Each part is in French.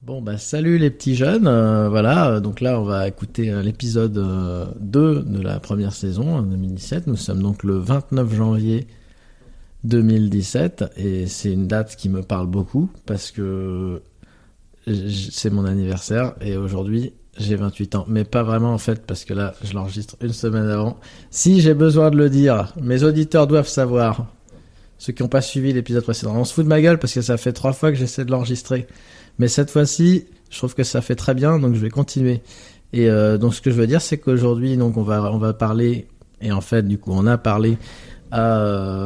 Bon bah salut les petits jeunes, voilà, donc là on va écouter l'épisode 2 de la première saison en 2017, nous sommes donc le 29 janvier 2017 et c'est une date qui me parle beaucoup parce que c'est mon anniversaire et aujourd'hui j'ai 28 ans, mais pas vraiment en fait parce que là je l'enregistre une semaine avant. Si j'ai besoin de le dire, mes auditeurs doivent savoir, ceux qui n'ont pas suivi l'épisode précédent, on se fout de ma gueule parce que ça fait 3 fois que j'essaie de l'enregistrer. Mais cette fois-ci, je trouve que ça fait très bien, donc je vais continuer. Et donc ce que je veux dire, c'est qu'aujourd'hui, donc on va parler, et en fait, du coup, on a parlé à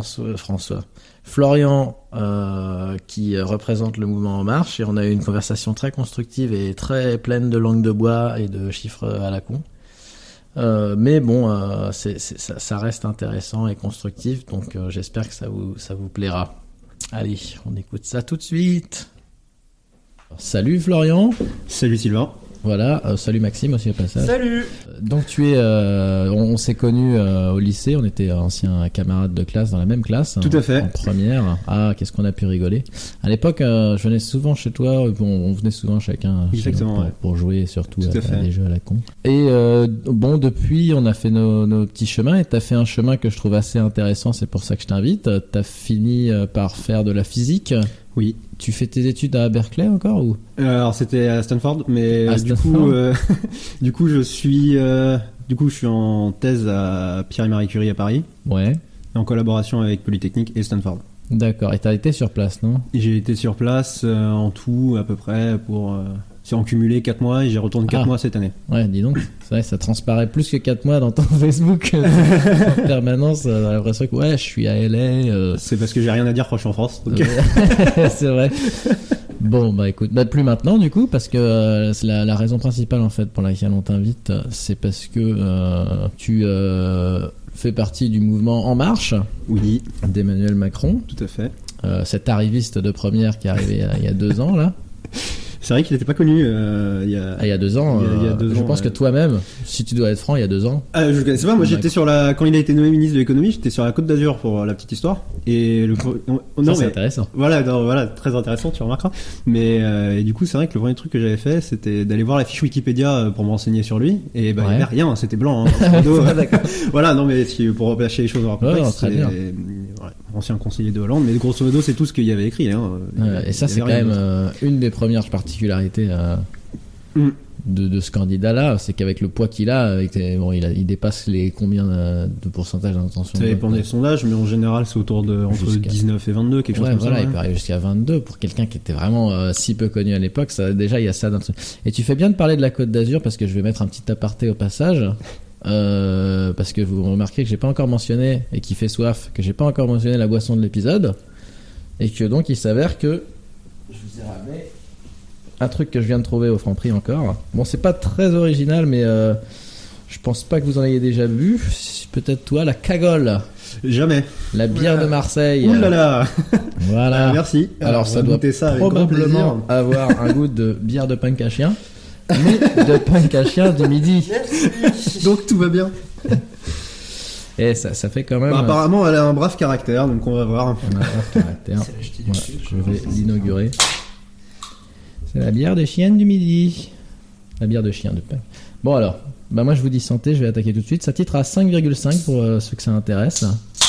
Florian, qui représente le mouvement En Marche, et on a eu une conversation très constructive et très pleine de langue de bois et de chiffres à la con. Mais bon, ça reste intéressant et constructif, donc j'espère que ça vous plaira. Allez, on écoute ça tout de suite. Salut Florian. Salut Sylvain. Voilà, salut Maxime aussi au passage. Salut. Donc tu es, on s'est connus au lycée, on était anciens camarades de classe dans la même classe. Tout à fait. En première. Ah, qu'est-ce qu'on a pu rigoler. À l'époque, je venais souvent chez toi, on venait souvent chacun exactement, pour jouer surtout à des jeux à la con. Et bon, depuis, on a fait nos petits chemins et t'as fait un chemin que je trouve assez intéressant, c'est pour ça que je t'invite. T'as fini par faire de la physique. Oui. Tu fais tes études à Berkeley encore ou alors c'était à Stanford, mais du coup je suis en thèse à Pierre et Marie Curie à Paris. Ouais. En collaboration avec Polytechnique et Stanford. D'accord. Et t'as été sur place, non? J'ai été sur place en tout à peu près pour c'est en cumulé 4 mois et j'y retourne 4 mois cette année. Ouais, dis donc, c'est vrai, ça transparaît plus que 4 mois dans ton Facebook en permanence. On a l'impression que ouais, je suis à LA. C'est parce que j'ai rien à dire quand je suis en France. Donc... c'est vrai. Bon, bah écoute, plus maintenant du coup, parce que c'est la raison principale en fait pour laquelle on t'invite, c'est parce que tu fais partie du mouvement En Marche. Oui. D'Emmanuel Macron. Tout à fait. Cet arriviste de première qui est arrivé il y a 2 ans là. C'est vrai qu'il n'était pas connu il y a 2 ans. Je pense que toi-même, si tu dois être franc, il y a 2 ans. Je le connaissais pas. Moi, j'étais quand il a été nommé ministre de l'économie, j'étais sur la Côte d'Azur pour la petite histoire. Et c'est intéressant. Voilà, très intéressant, tu remarqueras. Mais et du coup, c'est vrai que le premier truc que j'avais fait, c'était d'aller voir la fiche Wikipédia pour me renseigner sur lui. Et il y avait rien, c'était blanc. D'accord. Voilà, non mais pour repêcher les choses dans leur contexte, ancien conseiller de Hollande, mais grosso modo, c'est tout ce qu'il y avait écrit. Et ça, c'est quand même une des premières particularités de ce candidat-là, c'est qu'avec le poids qu'il a, il dépasse les combien de pourcentage d'intention. Ça dépend des sondages, mais en général, c'est autour de entre 19 et 22, quelque chose comme ça. Il peut arriver jusqu'à 22 pour quelqu'un qui était vraiment si peu connu à l'époque. Ça, déjà, il y a ça. Et tu fais bien de parler de la Côte d'Azur parce que je vais mettre un petit aparté au passage. Parce que vous remarquez que j'ai pas encore mentionné et qui fait soif, que j'ai pas encore mentionné la boisson de l'épisode, et que donc il s'avère que je vous ai ramené un truc que je viens de trouver au Franprix encore. Bon, c'est pas très original, mais je pense pas que vous en ayez déjà bu. Peut-être toi, la Cagole. Jamais. La bière de Marseille. Ouh là là. Voilà. Merci. Alors ça doit probablement avoir un goût de bière de punk à chien. Mais de punk à chien du midi. Donc tout va bien. Et ça fait quand même. Apparemment, elle a un brave caractère, donc on va voir. Elle a un brave caractère. Je vais l'inaugurer. C'est la bière de chienne du midi. La bière de chien de punk. Bon alors, moi je vous dis santé, je vais attaquer tout de suite. Ça titre à 5,5 pour ceux que ça intéresse.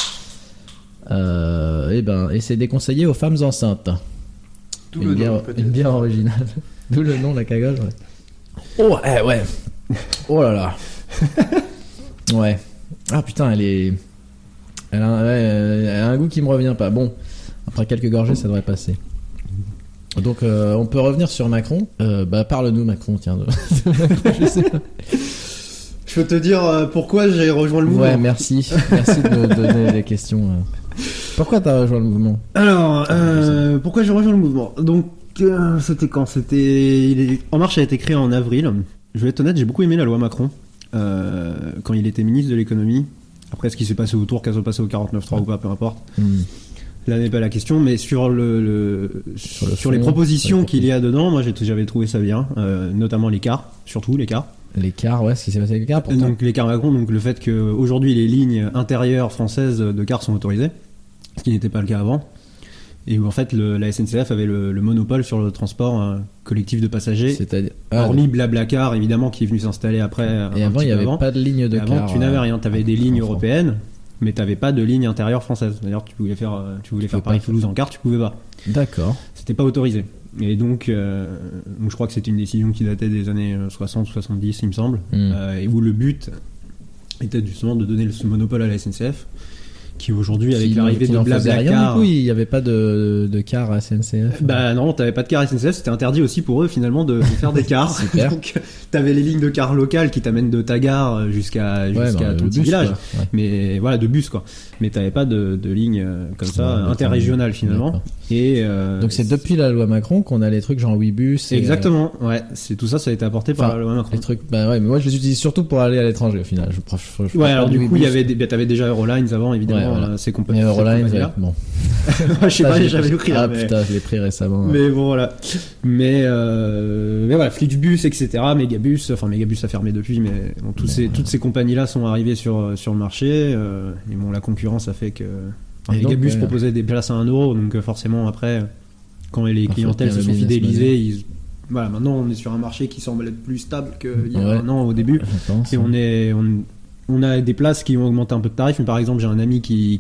Et c'est déconseillé aux femmes enceintes. Une bière originale. D'où le nom, la Cagole. Ouais. Oh, ouais. Oh là là. Ouais. Ah putain, elle a un goût qui me revient pas. Bon, après quelques gorgées, ça devrait passer. Donc, on peut revenir sur Macron. Parle-nous, Macron, tiens. Je sais pas. Je peux te dire pourquoi j'ai rejoint le mouvement. Ouais, merci. Merci de me donner des questions. Pourquoi t'as rejoint le mouvement? Alors, pourquoi j'ai rejoint le mouvement? Donc, c'était quand? En Marche a été créé en avril. Je vais être honnête, j'ai beaucoup aimé la loi Macron quand il était ministre de l'économie. Après, ce qui s'est passé autour, qu'elle soit passée au 49.3 ou pas, peu importe. Là n'est pas la question, mais sur les propositions qu'il y a dedans, moi j'avais trouvé ça bien, notamment l'écart, surtout l'écart. L'écart, ouais, ce qui s'est passé avec l'écart, pourtant. Donc l'écart Macron, donc le fait qu'aujourd'hui les lignes intérieures françaises de car sont autorisées, ce qui n'était pas le cas avant. et où en fait la SNCF avait le monopole sur le transport collectif de passagers. C'est-à-dire hormis Blablacar évidemment qui est venu s'installer après. Et avant il n'y avait pas de ligne de car. Avant tu n'avais rien, tu avais des lignes européennes, mais tu n'avais pas de ligne intérieure française. D'ailleurs tu voulais faire Paris-Toulouse en car, tu pouvais pas. D'accord. C'était pas autorisé. Et donc je crois que c'était une décision qui datait des années 60-70 il me semble, et où le but était justement de donner ce monopole à la SNCF. Qui aujourd'hui, avec l'arrivée de Blablacar... Du coup, il n'y avait pas de car à SNCF. Bah non, t'avais pas de car SNCF, c'était interdit aussi pour eux finalement de faire des cars. Super. Donc t'avais les lignes de cars locales qui t'amènent de ta gare jusqu'à ton petit village. Ouais. Mais voilà, de bus quoi. Mais t'avais pas de ligne comme ça, interrégionale finalement. Et donc c'est depuis la loi Macron qu'on a les trucs genre Ouibus. Exactement, ouais. C'est tout ça, ça a été apporté par la loi Macron. Les trucs, bah ouais, mais moi je les utilise surtout pour aller à l'étranger au final. Ouais, alors du coup, t'avais déjà Eurolines avant évidemment. Ouais, voilà. C'est complètement. Mais Eurolines, bon. Je sais pas, j'avais le prix. Ah putain, je l'ai pris récemment. Mais bon, voilà. Mais voilà, Flixbus, etc. Megabus a fermé depuis, mais bon, toutes ces compagnies-là sont arrivées sur le marché. Et bon, la concurrence a fait que. Megabus proposait des places à 1€, donc forcément, après, quand les clientèles se sont fidélisées, voilà, maintenant on est sur un marché qui semble être plus stable qu'il y a un an au début. Et on a des places qui ont augmenté un peu de tarif, mais par exemple, j'ai un ami qui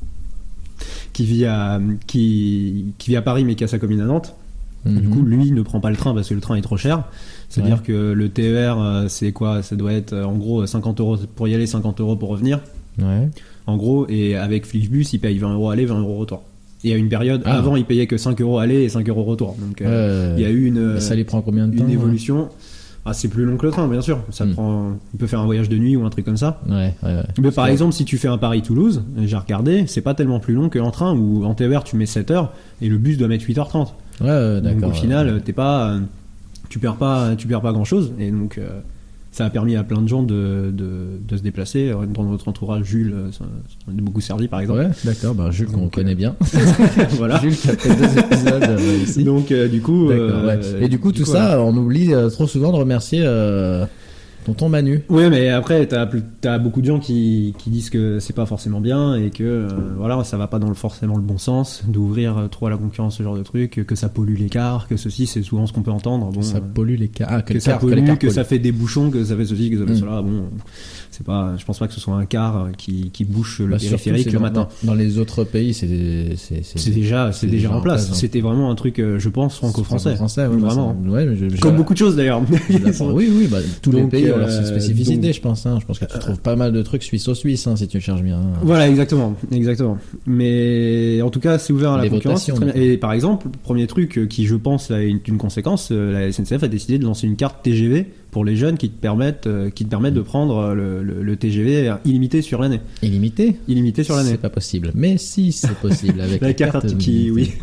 vit à Paris mais qui a sa commune à Nantes. Du coup, lui ne prend pas le train parce que le train est trop cher. C'est-à-dire que le TER, c'est quoi ? Ça doit être en gros 50€ pour y aller, 50€ pour revenir. Ouais. En gros, et avec Flixbus, il paye 20€ aller, 20€ retour. Et à une période, avant, il payait que 5€ aller et 5€ retour. Donc, il y a eu ça lui prend combien de temps ? Une évolution. Ah, c'est plus long que le train, bien sûr. Ça prend. Il peut faire un voyage de nuit ou un truc comme ça. Ouais. Mais par exemple, si tu fais un Paris-Toulouse, j'ai regardé, c'est pas tellement plus long qu'en train où en TER tu mets 7h et le bus doit mettre 8h30. Ouais, d'accord. Donc au final, tu perds pas grand chose. Et donc ça a permis à plein de gens de se déplacer. Dans notre entourage, Jules, ça a beaucoup servi par exemple. Ouais, d'accord. Bah, Jules qu'on connaît bien. Voilà. Jules qui a fait 2 épisodes ici. Donc du coup. Et du coup, tout ça, on oublie trop souvent de remercier tonton Manu. Ouais, mais après, t'as beaucoup de gens qui disent que c'est pas forcément bien et que voilà, ça va pas dans forcément le bon sens d'ouvrir trop à la concurrence ce genre de truc, que ça pollue les cars, que ceci, c'est souvent ce qu'on peut entendre. Bon, ça pollue les cars, que ça pollue, que ça fait des bouchons, que ça fait ceci, que ça fait cela. Bon, c'est pas, je pense pas que ce soit un car qui bouche le périphérique le matin. Dans les autres pays, c'est déjà en place. Hein. C'était vraiment un truc, je pense, franco-français. Français, ouais, vraiment. Ouais, comme beaucoup de choses d'ailleurs. Oui, bah, tous les pays ont leur spécificité, je pense. Je pense que tu trouves pas mal de trucs suisse-au-suisse si tu cherches bien. Voilà, exactement. Mais en tout cas, c'est ouvert à la concurrence. Et par exemple, premier truc qui, je pense, a une conséquence, la SNCF a décidé de lancer une carte TGV pour les jeunes qui te permettent de prendre le TGV illimité sur l'année. Illimité sur l'année. C'est pas possible. Mais si, c'est possible avec la carte qui, oui.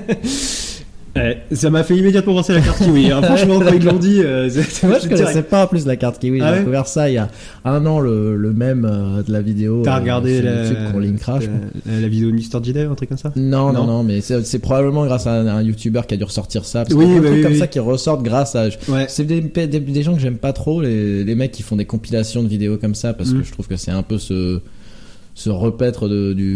Ça m'a fait immédiatement penser à la carte Kiwi. Hein. Franchement, quand ils l'ont dit, moi je connaissais pas en plus la carte Kiwi. J'ai découvert ça il y a un an, le même de la vidéo. T'as regardé la vidéo de Mr. J. un truc comme ça? Non, mais c'est probablement grâce à un YouTuber qui a dû ressortir ça. Parce qu'il y a des trucs comme ça qui ressortent grâce à. C'est des gens que j'aime pas trop, les mecs qui font des compilations de vidéos comme ça, parce que je trouve que c'est un peu se repaître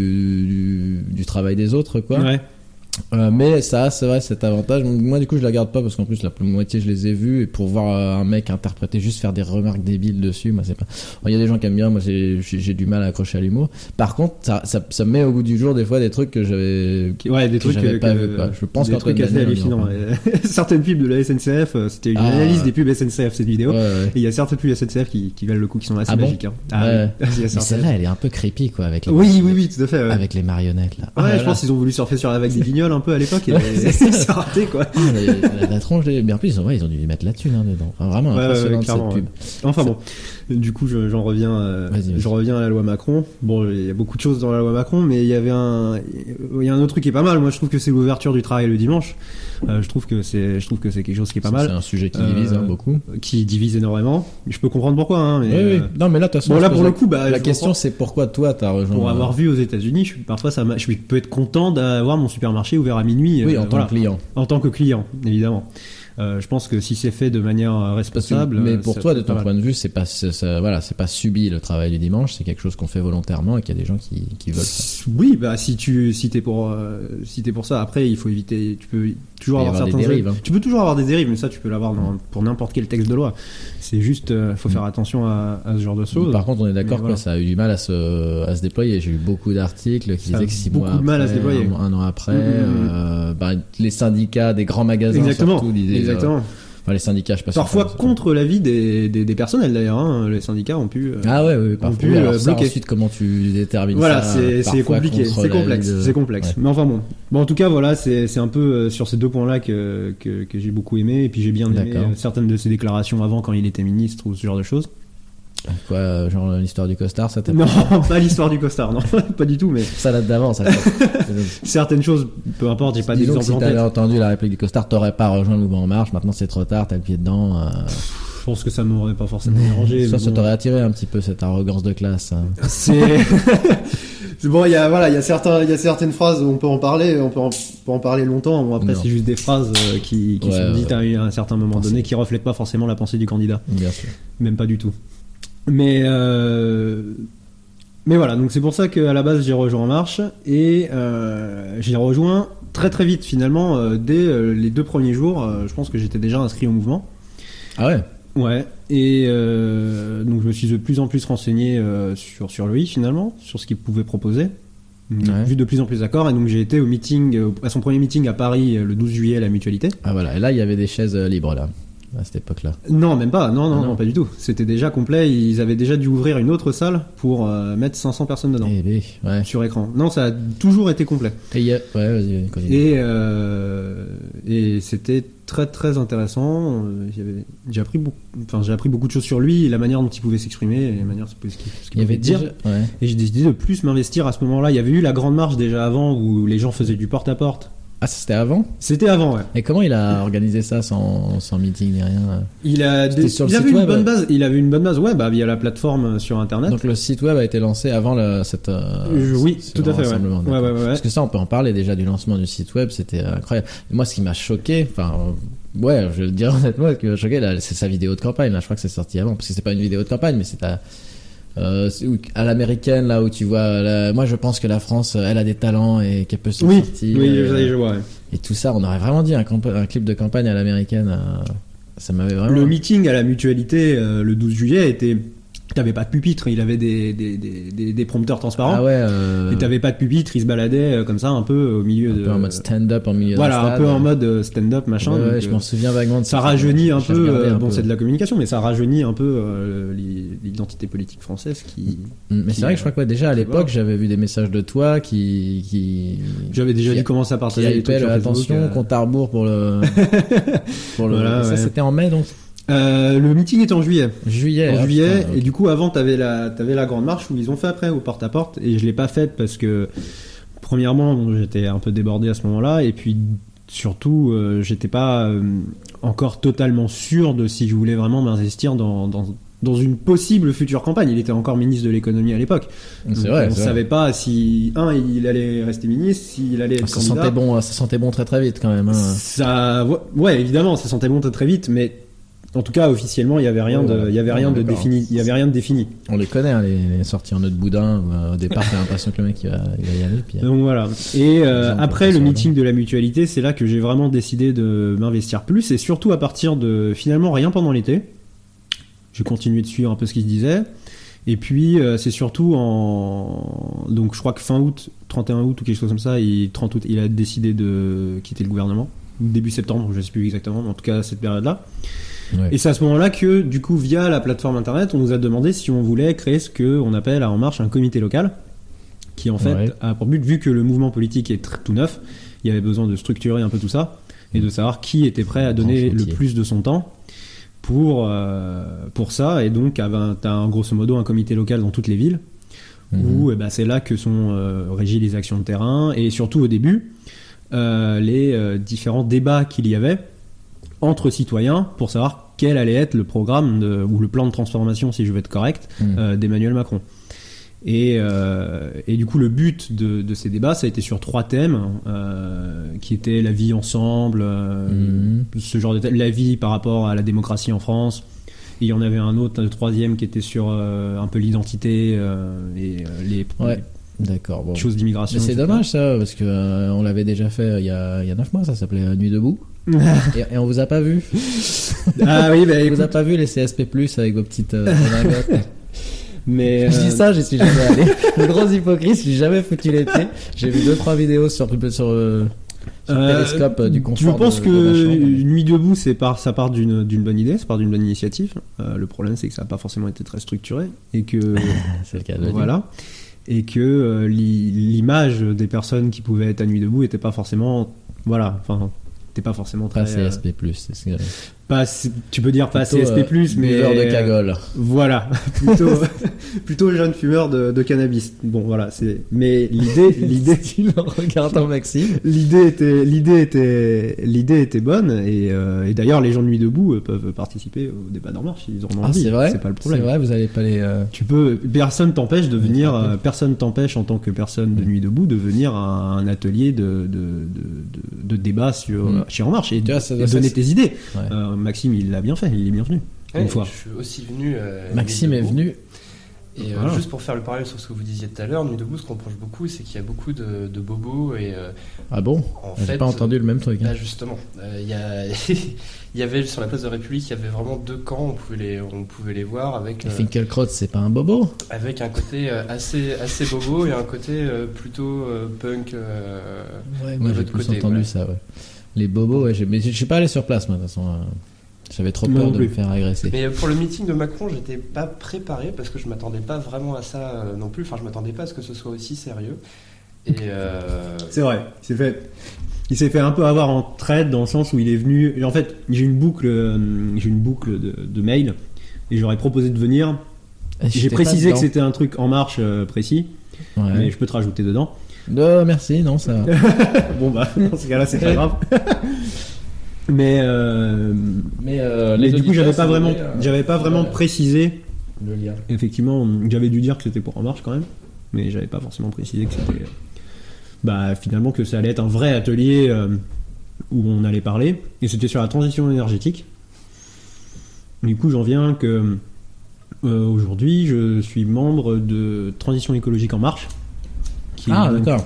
du travail des autres, quoi. Ouais. Mais ça a, c'est vrai, cet avantage. Moi, du coup, je la garde pas parce qu'en plus, la moitié, je les ai vus. Et pour voir un mec interpréter, juste faire des remarques débiles dessus, moi, c'est pas. Il y a des gens qui aiment bien. Moi, j'ai du mal à accrocher à l'humour. Par contre, ça me met au goût du jour des fois des trucs que j'avais. Des trucs j'avais pas vu. Quoi. Je pense des trucs assez hallucinants. Certaines pubs de la SNCF, c'était une analyse des pubs SNCF cette vidéo. Et il y a certaines pubs SNCF qui valent le coup, qui sont assez magiques. Mais celle-là, elle est un peu creepy, quoi, avec. Oui, tout à fait. Avec les marionnettes là. Ouais, je pense qu'ils ont voulu surfer sur la vague des guignols un peu à l'époque et ça a raté quoi. La tronche mais en plus ils ont dû mettre la thune dedans. Enfin, vraiment impressionnant cette pub. Enfin bon, du coup j'en reviens je reviens à la loi Macron. Bon, il y a beaucoup de choses dans la loi Macron, mais il y a un autre truc qui est pas mal. Moi je trouve que c'est l'ouverture du travail le dimanche. Je trouve que c'est quelque chose qui est pas mal. C'est un sujet qui divise beaucoup. Qui divise énormément. Je peux comprendre pourquoi mais oui. Non mais là de toute façon là pour le coup la question c'est pourquoi toi t'as rejoint. Pour avoir vu aux États-Unis, parfois je peux être content d'avoir mon supermarché ouvert à minuit. Oui, en tant que client. En tant que client, évidemment. Je pense que si c'est fait de manière responsable. Mais pour toi, de ton point de vue, c'est pas subi le travail du dimanche, c'est quelque chose qu'on fait volontairement et qu'il y a des gens qui veulent ça. Oui, bah si t'es pour ça. Après, il faut éviter. Tu peux toujours avoir certaines dérives. Hein. Tu peux toujours avoir des dérives, mais ça, tu peux l'avoir pour n'importe quel texte de loi. C'est juste, faut faire attention à ce genre de choses. Par contre, on est d'accord que ça a eu du mal à se déployer. J'ai eu beaucoup d'articles qui disaient que 6 mois après, mal à se déployer. Un an après, les syndicats des grands magasins surtout disaient. Exactement. Les syndicats, je sais pas. Parfois contre l'avis des personnels d'ailleurs. Hein. Les syndicats ont pu. Parfois. Ça, ensuite, comment tu détermines ça? Voilà, c'est compliqué, c'est complexe. Ouais. Mais enfin bon. En tout cas, voilà, c'est un peu sur ces deux points-là que j'ai beaucoup aimé. Et puis j'ai bien aimé certaines de ses déclarations avant quand il était ministre ou ce genre de choses. Quoi, genre l'histoire du costard, ça t'a Non, pas l'histoire du costard, non, pas du tout, mais. Ça date d'avant, ça. Certaines choses, peu importe, j'ai pas d'exemple en tête. Si t'avais entendu la réplique du costard, t'aurais pas rejoint le mouvement En Marche, maintenant c'est trop tard, t'as le pied dedans. Je pense que ça m'aurait pas forcément dérangé. Ça t'aurait attiré un petit peu cette arrogance de classe. Hein. C'est bon, il y a certaines phrases où on peut en parler, on peut en parler longtemps. Bon, après, c'est juste des phrases qui sont dites à un certain moment donné, qui reflètent pas forcément la pensée du candidat. Bien sûr. Même pas du tout. Mais voilà, donc c'est pour ça qu'à la base j'ai rejoint En Marche et j'ai rejoint très très vite finalement dès les 2 premiers jours. Je pense que j'étais déjà inscrit au mouvement. Ah ouais. Ouais. Et donc je me suis de plus en plus renseigné sur lui finalement, sur ce qu'il pouvait proposer. Vu de plus en plus d'accord, et donc j'ai été au meeting, à son premier meeting à Paris le 12 juillet à la Mutualité. Ah voilà, et là il y avait des chaises libres là. À cette époque-là. Non, même pas. Non, pas du tout. C'était déjà complet. Ils avaient déjà dû ouvrir une autre salle pour mettre 500 personnes dedans. Sur écran. Non, ça a toujours été complet. Vas-y. Et c'était très très intéressant. J'ai appris beaucoup de choses sur lui, la manière dont il pouvait s'exprimer, et la manière ce qu'il pouvait dire. Et j'ai décidé de plus m'investir à ce moment-là. Il y avait eu la grande marche déjà avant où les gens faisaient du porte-à-porte. Ah, c'était avant ? C'était avant, ouais. Et comment il a organisé ça sans meeting ni rien ? Il avait une bonne base. Il avait une bonne base, ouais, via la plateforme sur Internet. Donc le site web a été lancé avant oui, tout à fait, ouais. Parce que ça, on peut en parler déjà du lancement du site web, c'était incroyable. Et moi, ce qui m'a choqué, je vais le dire honnêtement, ce qui m'a choqué, là, c'est sa vidéo de campagne. Là, je crois que c'est sorti avant, parce que c'est pas une vidéo de campagne, mais c'est à l'américaine, là où tu vois moi je pense que la France elle a des talents et qu'elle peut s'en sortir. Oui, je vois. Et tout ça, on aurait vraiment dit un clip de campagne à l'américaine. Ça m'avait vraiment. Le meeting à la Mutualité le 12 juillet t'avais pas de pupitre, il avait des prompteurs transparents. Ah ouais. Et t'avais pas de pupitre, il se baladait comme ça un peu au milieu un peu en mode stand-up au milieu. Voilà, un peu en mode stand-up machin. Ouais, donc, je m'en souviens vaguement de ça. Ça rajeunit un peu. C'est de la communication, mais ça rajeunit un peu l'identité politique française Mais c'est vrai que je crois que déjà à l'époque j'avais vu des messages de toi qui. J'avais déjà dû commencer à partager des trucs sur Facebook. Attention, compte à rebours pour le. Voilà, ça c'était en mai donc. Le meeting était en juillet. Putain, et du coup avant t'avais la grande marche où ils ont fait après au porte-à-porte, et je l'ai pas faite parce que premièrement j'étais un peu débordé à ce moment-là, et puis surtout j'étais pas encore totalement sûr de si je voulais vraiment m'investir dans une possible future campagne. Il était encore ministre de l'économie à l'époque. C'est vrai. On savait pas si il allait rester ministre, s'il allait être candidat. Ça sentait bon très très vite quand même. Ouais, évidemment, ça sentait bon très très vite, mais en tout cas, officiellement, il y avait rien de défini. On les connaît, hein, les sorties en nœud de boudin. Au départ, t'as l'impression que le mec il va y aller. Puis, donc voilà. Et après le meeting de la Mutualité, c'est là que j'ai vraiment décidé de m'investir plus, et surtout à partir de finalement rien pendant l'été. J'ai continué de suivre un peu ce qui se disait. Et puis c'est surtout donc je crois que fin août, 31 août ou quelque chose comme ça, 30 août, il a décidé de quitter le gouvernement. Début septembre, je sais plus exactement, mais en tout cas cette période-là. Ouais. Et c'est à ce moment-là que, du coup, via la plateforme internet, on nous a demandé si on voulait créer ce qu'on appelle à En Marche un comité local, qui en fait a pour but, vu que le mouvement politique est tout neuf, il y avait besoin de structurer un peu tout ça et de savoir qui était prêt à donner le plus de son temps pour ça. Et donc, t'as grosso modo un comité local dans toutes les villes, où c'est là que sont régies les actions de terrain, et surtout au début, les différents débats qu'il y avait entre citoyens pour savoir quel allait être le programme ou le plan de transformation, si je veux être correct, d'Emmanuel Macron. Et du coup, le but de ces débats, ça a été sur 3 thèmes, qui étaient la vie ensemble, ce genre de thème, la vie par rapport à la démocratie en France. Et il y en avait un autre, le 3e, qui était sur un peu l'identité et les d'accord, bon. choses d'immigration. Mais c'est dommage ça, parce que on l'avait déjà fait il y a 9 mois, ça s'appelait Nuit debout. et on vous a pas vu. Ah oui, on vous a pas vu les CSP+, avec vos petites redingotes. Mais je dis ça, j'y suis jamais allé. Le gros hypocrite, je suis jamais foutu les pieds. J'ai vu 2-3 vidéos sur Periscope du confort. Je pense que Nuit debout, ça part d'une bonne idée, ça part d'une bonne initiative. Le problème, c'est que ça n'a pas forcément été très structuré et que c'est le cas de voilà. Et que l'image des personnes qui pouvaient être à Nuit debout était pas forcément, voilà, enfin, t'es pas forcément très. Pas CSP+, c'est ce que... Pas, tu peux dire pas CSP+, mais fumeur de cagole. Voilà, plutôt jeune fumeur de cannabis. Bon, voilà, c'est. Mais l'idée, tu le regardes en Maxime. L'idée était bonne et d'ailleurs les gens de Nuit debout peuvent participer au débat d'En Marche s'ils en ont envie. C'est vrai. C'est pas le problème. C'est vrai, vous allez pas les. Tu peux. Personne t'empêche de venir. Personne t'empêche en tant que personne de Nuit debout de venir à un atelier de débat chez En Marche et donner tes idées. Ouais. Maxime, il l'a bien fait, il est bienvenu. Ouais, une fois. Je suis aussi venu. Maxime est venu. Et voilà. juste pour faire le parallèle sur ce que vous disiez tout à l'heure, Nuit debout, ce qu'on reproche beaucoup, c'est qu'il y a beaucoup de bobos et. Ah bon? J'ai pas entendu le même truc. Bah justement, il y avait sur la place de la République, il y avait vraiment 2 camps, on pouvait les voir avec. Finkielkraut, c'est pas un bobo? Avec un côté assez bobo et un côté plutôt punk. Ouais, moi j'ai plus entendu ça. Ouais. Les bobos, ouais, mais je suis pas allé sur place, moi de toute façon. J'avais trop peur de me faire agresser. Mais pour le meeting de Macron, j'étais pas préparé parce que je m'attendais pas vraiment à ça non plus. Enfin, je m'attendais pas à ce que ce soit aussi sérieux. Et c'est vrai, il s'est fait un peu avoir en trade dans le sens où il est venu. Et en fait, j'ai une boucle de mail et j'aurais proposé de venir. J'ai précisé que c'était un truc En Marche précis, mais je peux te rajouter dedans. Merci, non, ça va. Bon bah, dans ce cas-là, c'est pas grave. Mais du coup, j'avais pas vraiment précisé le lien. Effectivement, j'avais dû dire que c'était pour En Marche quand même, mais j'avais pas forcément précisé que c'était finalement que ça allait être un vrai atelier où on allait parler, et c'était sur la transition énergétique. Du coup, j'en viens que aujourd'hui, je suis membre de Transition écologique En Marche, qui est d'accord.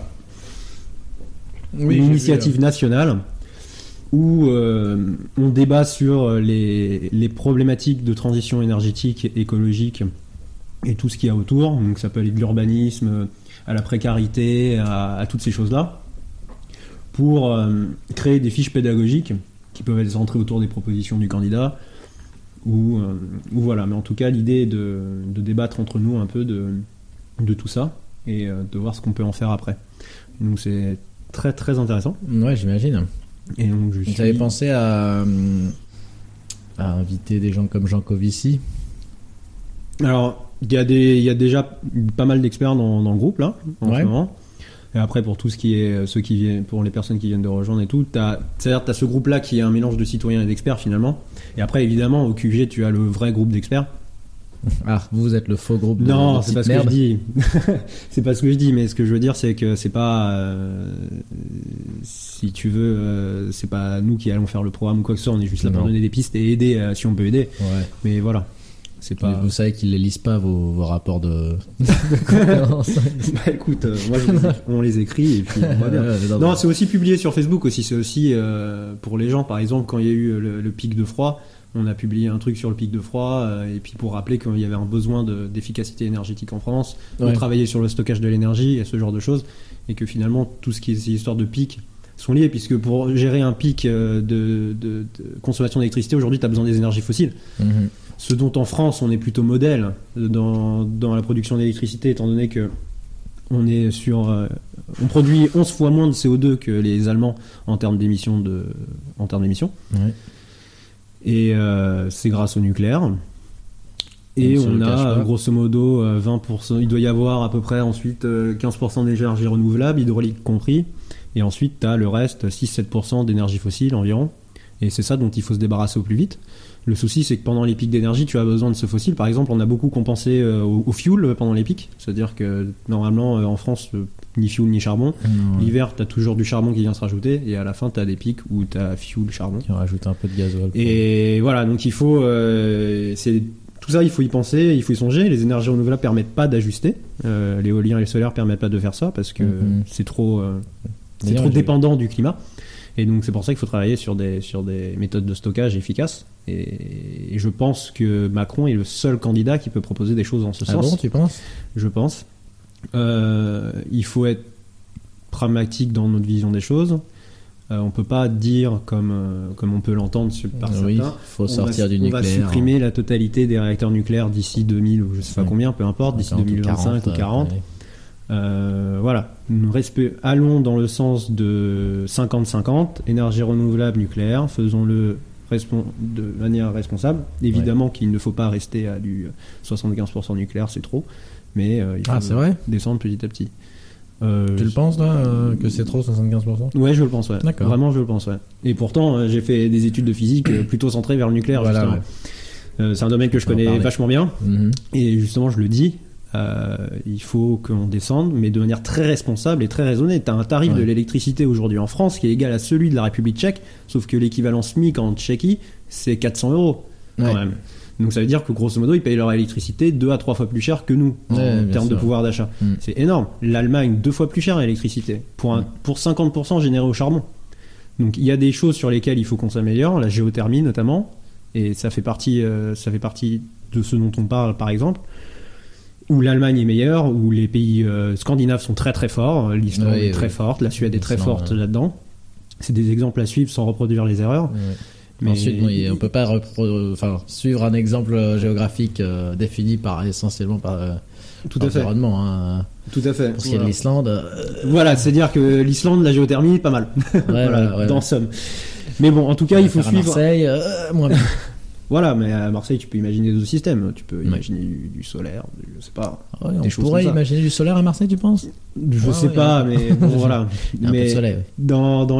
Oui, une initiative nationale où on débat sur les problématiques de transition énergétique, écologique et tout ce qu'il y a autour. Donc ça peut aller de l'urbanisme à la précarité, à toutes ces choses-là, pour créer des fiches pédagogiques qui peuvent être centrées autour des propositions du candidat. Ou voilà. Mais en tout cas, l'idée est de débattre entre nous un peu de tout ça et de voir ce qu'on peut en faire après. Donc c'est très très intéressant. Ouais, j'imagine. Et donc vous avez pensé à inviter des gens comme Jean Covici? Alors, il y a déjà pas mal d'experts dans le groupe là en ce moment. Et après, pour tout ce qui est pour les personnes qui viennent de rejoindre et tout, t'as ce groupe là qui est un mélange de citoyens et d'experts finalement. Et après, évidemment, au QG, tu as le vrai groupe d'experts. Ah, vous êtes le faux groupe de Non, c'est pas ce que je dis. C'est pas ce que je dis, mais ce que je veux dire, c'est que c'est pas, si tu veux, c'est pas nous qui allons faire le programme ou quoi que ce soit. On est juste là pour donner des pistes et aider si on peut aider. Ouais. Mais voilà. C'est pas... Vous savez qu'ils les lisent pas vos rapports de conférence. Bah écoute, moi on les écrit et puis on va bien. Non, c'est aussi publié sur Facebook aussi. C'est aussi pour les gens, par exemple, quand il y a eu le pic de froid. On a publié un truc sur le pic de froid et puis pour rappeler qu'il y avait un besoin d'efficacité énergétique en France, de travailler sur le stockage de l'énergie et ce genre de choses, et que finalement tout ce qui est ces histoires de pic sont liées, puisque pour gérer un pic de consommation d'électricité aujourd'hui tu as besoin des énergies fossiles, ce dont en France on est plutôt modèle dans la production d'électricité, étant donné que on produit 11 fois moins de CO2 que les Allemands en termes d'émissions. Et c'est grâce au nucléaire. Et on a grosso modo 20%. Il doit y avoir à peu près ensuite 15% d'énergie renouvelable, hydraulique compris. Et ensuite, tu as le reste, 6-7% d'énergie fossile environ. Et c'est ça dont il faut se débarrasser au plus vite. Le souci, c'est que pendant les pics d'énergie, tu as besoin de ce fossile. Par exemple, on a beaucoup compensé au fuel pendant les pics. C'est-à-dire que normalement, en France, ni fuel ni charbon. L'hiver, tu as toujours du charbon qui vient se rajouter. Et à la fin, tu as des pics où tu as fuel, charbon. Qui rajoute un peu de gasoil. Et voilà, donc il faut... tout ça, il faut y penser, il faut y songer. Les énergies renouvelables permettent pas d'ajuster. L'éolien et le solaire permettent pas de faire ça parce que c'est trop dépendant du climat. Et donc c'est pour ça qu'il faut travailler sur des méthodes de stockage efficaces. Et je pense que Macron est le seul candidat qui peut proposer des choses en ce sens. Ah bon, tu penses ? Je pense. Il faut être pragmatique dans notre vision des choses. On peut pas dire comme on peut l'entendre par certains. Oui, il faut sortir du nucléaire. On va supprimer la totalité des réacteurs nucléaires d'ici 2000 ou je sais pas combien, peu importe, d'ici 2025 ou 40. Voilà, allons dans le sens de 50-50, énergie renouvelable nucléaire, faisons-le de manière responsable. Évidemment qu'il ne faut pas rester à du 75% nucléaire, c'est trop, mais il faut descendre petit à petit. Tu le penses, toi, que c'est trop, 75%? Ouais, je le pense, ouais. D'accord. Vraiment, je le pense, ouais. Et pourtant, j'ai fait des études de physique plutôt centrées vers le nucléaire, justement. Ouais. C'est un domaine que je connais vachement bien, et justement, je le dis, il faut qu'on descende, mais de manière très responsable et très raisonnée. Tu as un tarif de l'électricité aujourd'hui en France qui est égal à celui de la République tchèque, sauf que l'équivalent SMIC en Tchéquie, c'est 400 € quand même. Donc ça veut dire que grosso modo, ils payent leur électricité 2 à 3 fois plus cher que nous en termes de pouvoir d'achat. C'est énorme. L'Allemagne, 2 fois plus cher l'électricité pour 50% généré au charbon. Donc il y a des choses sur lesquelles il faut qu'on s'améliore, la géothermie notamment, et ça fait partie de ce dont on parle par exemple. Où l'Allemagne est meilleure, où les pays scandinaves sont très très forts, l'Islande est très forte, la Suède est très forte là-dedans. C'est des exemples à suivre sans reproduire les erreurs. Mais ensuite, on peut pas suivre un exemple géographique défini essentiellement par l'environnement. Tout à fait. Pour ce qui est de l'Islande. Voilà, c'est-à-dire que l'Islande, la géothermie, pas mal. Dans somme. Mais bon, en tout cas, il faut suivre. Marseille, moins bien. Voilà, mais à Marseille, tu peux imaginer d'autres systèmes. Tu peux imaginer du solaire, je sais pas. On pourrait imaginer du solaire à Marseille, tu penses ? Je sais pas, mais bon, voilà. Il y a un peu de soleil, dans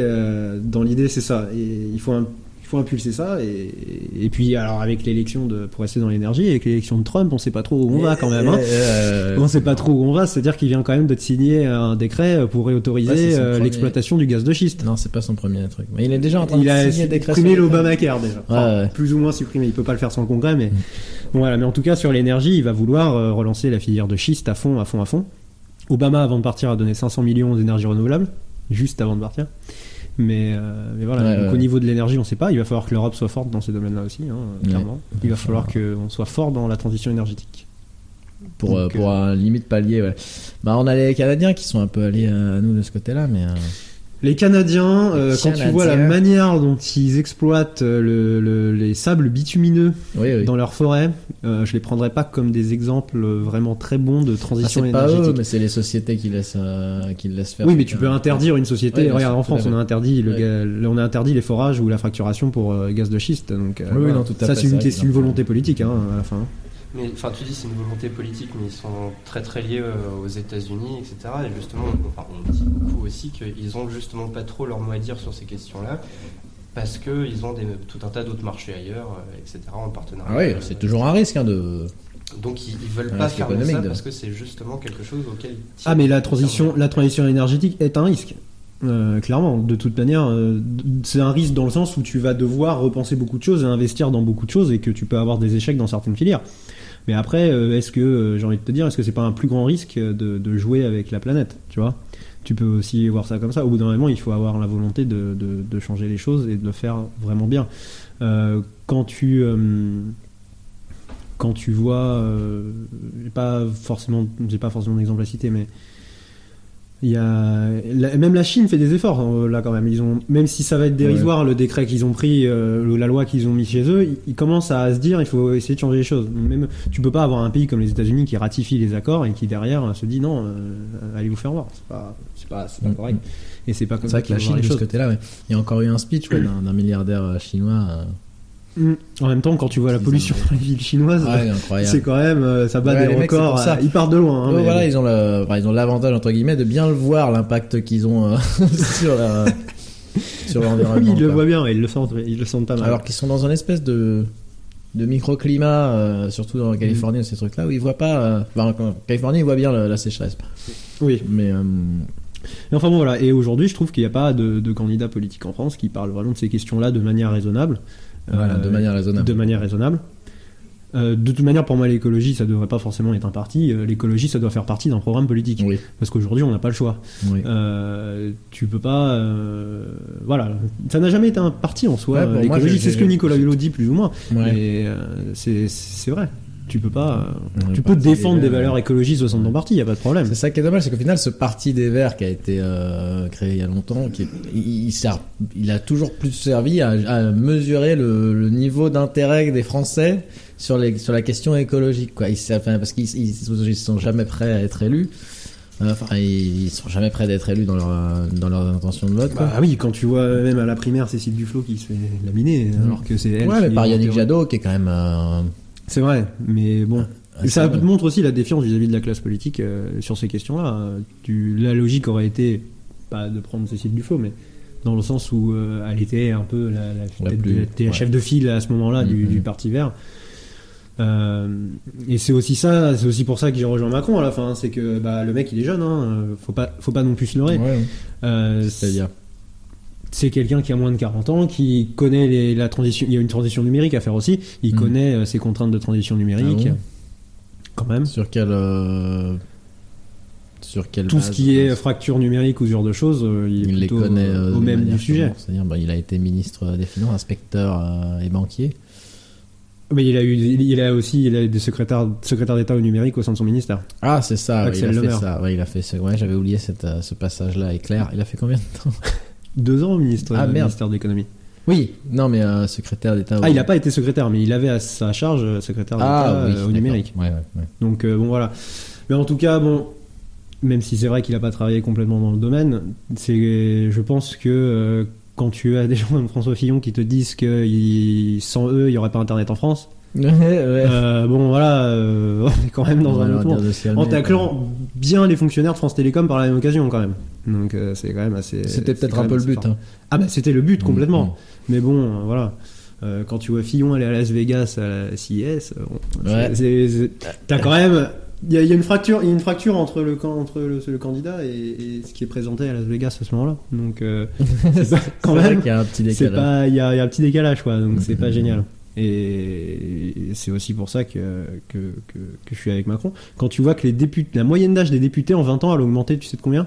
l'idée, c'est ça. Et il faut impulser ça. Et puis, alors, avec l'élection pour rester dans l'énergie, avec l'élection de Trump, on sait pas trop où on va quand même. On sait pas trop où on va. C'est-à-dire qu'il vient quand même de signer un décret pour réautoriser l'exploitation du gaz de schiste. Non, c'est pas son premier truc. Mais il est déjà en train de signer un décret. Il a supprimé l'Obamacare déjà. Plus ou moins supprimé. Il peut pas le faire sans le Congrès, mais bon, voilà. Mais en tout cas, sur l'énergie, il va vouloir relancer la filière de schiste à fond. Obama, avant de partir, a donné 500 millions d'énergie renouvelable, juste avant de partir. Mais voilà, donc au niveau de l'énergie, on sait pas. Il va falloir que l'Europe soit forte dans ces domaines-là aussi, clairement. Il va falloir qu'on soit fort dans la transition énergétique. Pour un limite palier, on a les Canadiens qui sont un peu allés à nous de ce côté-là, mais... Les Canadiens, quand tu vois la manière dont ils exploitent les sables bitumineux dans leurs forêts, je les prendrais pas comme des exemples vraiment très bons de transition énergétique. Pas eux, mais c'est les sociétés qui laissent faire. Oui, mais tu peux interdire une société. Regarde, en France, on a interdit on a interdit les forages ou la fracturation pour gaz de schiste. Donc, non, tout à fait. Ça, c'est une volonté politique, à la fin. Mais enfin, tu dis c'est une volonté politique, mais ils sont très très liés aux États-Unis, etc. Et justement, on dit beaucoup aussi qu'ils ont justement pas trop leur mot à dire sur ces questions-là, parce qu'ils ont tout un tas d'autres marchés ailleurs, etc. en partenariat. Ah oui, c'est toujours un risque Donc ils veulent pas faire de ça parce que c'est justement quelque chose auquel ils mais la transition énergétique est un risque. Clairement, de toute manière, c'est un risque dans le sens où tu vas devoir repenser beaucoup de choses et investir dans beaucoup de choses et que tu peux avoir des échecs dans certaines filières. Mais après, est-ce que, j'ai envie de te dire, est-ce que c'est pas un plus grand risque de jouer avec la planète, tu vois ? Tu peux aussi voir ça comme ça. Au bout d'un moment, il faut avoir la volonté de changer les choses et de le faire vraiment bien. Quand tu vois, j'ai pas forcément d'exemple à citer, mais même la Chine fait des efforts là quand même. Même si ça va être dérisoire le décret qu'ils ont pris, la loi qu'ils ont mis chez eux, ils commencent à se dire il faut essayer de changer les choses. Même tu peux pas avoir un pays comme les États-Unis qui ratifie les accords et qui derrière se dit non, allez vous faire voir. C'est pas correct. Et c'est pas comme ça que la Chine de ce côté-là. Il y a encore eu un speech d'un milliardaire chinois. En même temps, quand tu vois la pollution dans les villes chinoises, c'est quand même, ça bat des records. Ils partent de loin. Voilà, ils ont l'avantage entre guillemets de bien le voir l'impact qu'ils ont sur sur l'environnement. Oui, ils le quoi. voient bien, ils le sentent pas mal. Alors qu'ils sont dans un espèce de microclimat, surtout dans la Californie, ces trucs-là, où ils voient pas. En Californie, ils voient bien la sécheresse. Oui. Mais Et enfin bon, voilà. Et aujourd'hui, je trouve qu'il n'y a pas de candidat politique en France qui parle vraiment de ces questions-là de manière raisonnable. voilà, de manière raisonnable. De manière raisonnable. De toute manière, pour moi, l'écologie, ça devrait pas forcément être un parti. L'écologie, ça doit faire partie d'un programme politique. Oui. Parce qu'aujourd'hui, on n'a pas le choix. Oui. Tu peux pas. Voilà. Ça n'a jamais été un parti en soi. Ouais, pour moi, L'écologie, c'est ce que Nicolas j'ai- Hulot dit plus ou moins. Ouais. Mais c'est vrai. Tu peux pas. On est Tu peux parti défendre des des Verts, valeurs écologistes au sein de ton parti, y a pas de problème. C'est ça qui est dommage, c'est qu'au final, ce parti des Verts qui a été créé il y a longtemps, il a toujours plus servi à mesurer le niveau d'intérêt des Français sur la question écologique, quoi. Parce qu'ils sont jamais prêts à être élus. Ils sont jamais prêts d'être élus dans leur intention de vote, quoi. Bah oui, quand tu vois même à la primaire Cécile Duflot qui se fait laminer, alors que c'est elle. Ouais, qui mais par est Yannick en théorie. Jadot, qui est quand même. C'est vrai, mais bon. Ça vrai. montre aussi la défiance vis-à-vis de la classe politique sur ces questions-là. La logique aurait été, pas de prendre Cécile Duflot, mais dans le sens où elle était un peu la chef de file à ce moment-là du Parti Vert. Et c'est aussi pour ça que j'ai rejoint Macron à la fin. C'est que le mec il est jeune, faut pas non plus se leurrer. Ouais. C'est-à-dire. C'est quelqu'un qui a moins de 40 ans, qui connaît la transition. Il y a une transition numérique à faire aussi. Il connaît ses contraintes de transition numérique. Ah bon Quand même. Sur quelle Tout base, ce qui est fracture numérique ou ce genre de choses, il est les plutôt connaît au de même manière du sujet. comment, c'est-à-dire, il a été ministre des Finances, inspecteur et banquier. Mais il a des secrétaires d'État au numérique au sein de son ministère. Ah, c'est ça. Axel il a fait Lemaire. ça. Ouais, il a fait ça. Ouais, j'avais oublié ce passage-là avec Claire. Il a fait combien de temps 2 ans au Ah, merde. ministère de l'économie. Oui. Non, mais secrétaire d'État. Ah, il n'a pas été secrétaire, mais il avait à sa charge secrétaire d'État oui, au d'accord. numérique. Ouais. Donc bon voilà. Mais en tout cas, bon, même si c'est vrai qu'il n'a pas travaillé complètement dans le domaine, je pense que quand tu as des gens comme François Fillon qui te disent que sans eux, il n'y aurait pas Internet en France, bon voilà, on est quand même dans un autre monde. En taclant bien les fonctionnaires de France Télécom par la même occasion quand même. Donc c'est quand même assez... C'était c'est peut-être quand un peu même le assez but. fort. Hein. Ah bah c'était le but complètement. Mais bon, voilà. Quand tu vois Fillon aller à Las Vegas à la CES, t'as quand même... Il y a une fracture entre le candidat et ce qui est présenté à Las Vegas à ce moment-là. Donc c'est pas, quand c'est même, vrai qu'il y a un petit décalage. il y a un petit décalage quoi. Donc c'est pas génial. Et c'est aussi pour ça que je suis avec Macron. Quand tu vois que la moyenne d'âge des députés en 20 ans elle a augmenté, tu sais de combien ?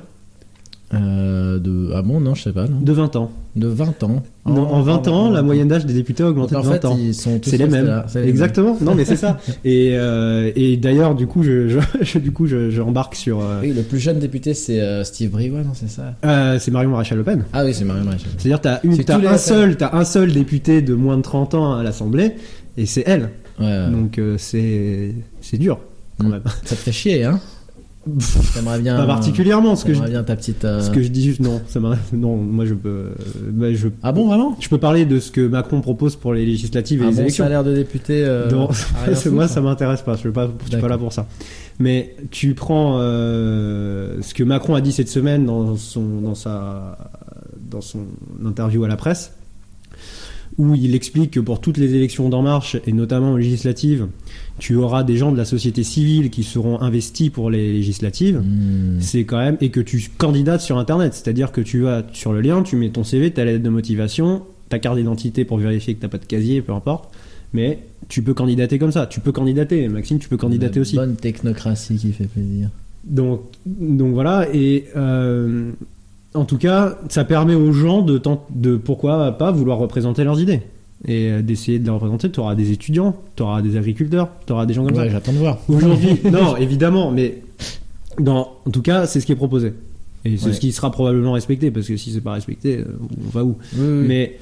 Ah bon, non, je sais pas. Non. De 20 ans. De 20 ans. Non, en 20 ans, la moyenne d'âge des députés a augmenté Donc, de 20 ans. ils sont tous C'est les mêmes. là. C'est les Exactement. Non, mais c'est ça. Et d'ailleurs, du coup, je embarque sur. mêmes. Oui, le plus jeune député, c'est Steve Briouat, non, c'est ça C'est Marion Maréchal Le Pen. Ah oui, c'est Marion Maréchal. C'est-à-dire, C'est tous les t'as un seul député de moins de 30 ans à l'Assemblée, et c'est elle. Ouais. Donc c'est dur quand même. Ça te fait chier, hein T'aimerais bien. Pas particulièrement ce que T'aimerais bien ta petite. ce que je dis juste non, non, moi je peux Ah bon, vraiment je peux parler de ce que Macron propose pour les législatives et Un les bon élections. salaire de député. Non, rien moi foutre. ça m'intéresse pas, je suis pas là pour ça. Mais tu prends ce que Macron a dit cette semaine dans son interview à la presse, où il explique que pour toutes les élections d'En Marche, et notamment aux législatives, tu auras des gens de la société civile qui seront investis pour les législatives. C'est quand même... Et que tu candidates sur Internet, c'est-à-dire que tu vas sur le lien, tu mets ton CV, ta lettre de motivation, ta carte d'identité pour vérifier que t'as pas de casier, peu importe, mais tu peux candidater comme ça. Tu peux candidater, Maxime, tu peux candidater aussi. Bonne technocratie qui fait plaisir. Donc voilà, et en tout cas, ça permet aux gens de pourquoi pas vouloir représenter leurs idées. Et d'essayer de les représenter. Tu auras des étudiants, tu auras des agriculteurs, tu auras des gens comme ça. Ouais, j'attends de voir. Aujourd'hui, non, évidemment, mais en tout cas, c'est ce qui est proposé. Et c'est Ouais. ce qui sera probablement respecté, parce que si c'est pas respecté, on va où ? Oui. Mais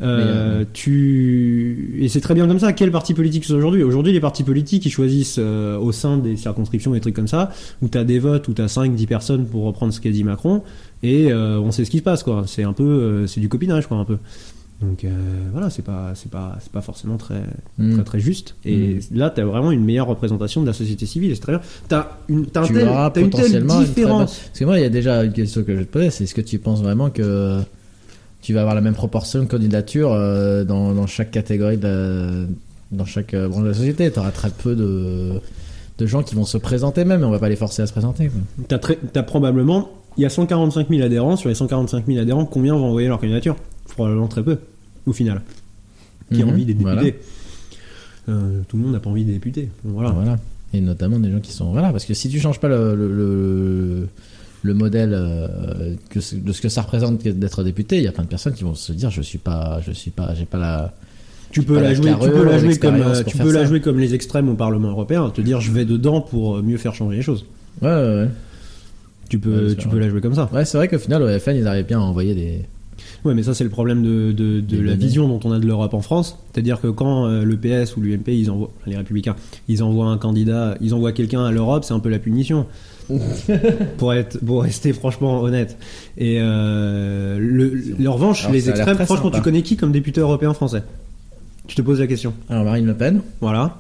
et c'est très bien comme ça. Quel parti politique c'est aujourd'hui ? Aujourd'hui, les partis politiques, ils choisissent au sein des circonscriptions, des trucs comme ça, où t'as des votes, où t'as 5-10 personnes pour reprendre ce qu'a dit Macron, et on sait ce qui se passe, quoi. C'est un peu, c'est du copinage, quoi, un peu. Donc voilà, c'est pas forcément très juste. Et là, t'as vraiment une meilleure représentation de la société civile. C'est très bien. T'as une telle différence. Parce que moi, il y a déjà une question que je vais te poser, c'est est-ce que tu penses vraiment que tu vas avoir la même proportion de candidatures dans chaque catégorie, dans chaque branche de la société. Tu auras très peu de gens qui vont se présenter même, et on va pas les forcer à se présenter, quoi. T'as probablement, il y a 145 000 adhérents, sur les 145 000 adhérents, combien vont envoyer leur candidature ? Probablement très peu, au final. Qui a envie d'être député. Tout le monde n'a pas envie d'être député. Voilà. Et notamment des gens qui sont... Voilà, parce que si tu changes pas le modèle de ce que ça représente d'être député, il y a plein de personnes qui vont se dire j'ai pas la... Tu peux la jouer comme les extrêmes au Parlement européen, te dire je vais dedans pour mieux faire changer les choses. Ouais. Tu peux la jouer comme ça. Ouais, c'est vrai qu'au final, au FN, ils arrivent bien à envoyer des... Ouais, mais ça, c'est le problème de la vision dont on a de l'Europe en France. C'est-à-dire que quand le PS ou l'UMP, les Républicains, ils envoient un candidat, ils envoient quelqu'un à l'Europe, c'est un peu la punition. pour rester franchement honnête. Et en revanche, alors, les extrêmes, franchement, sympa. Tu connais qui comme député européen français ? Je te pose la question. Alors, Marine Le Pen. Voilà.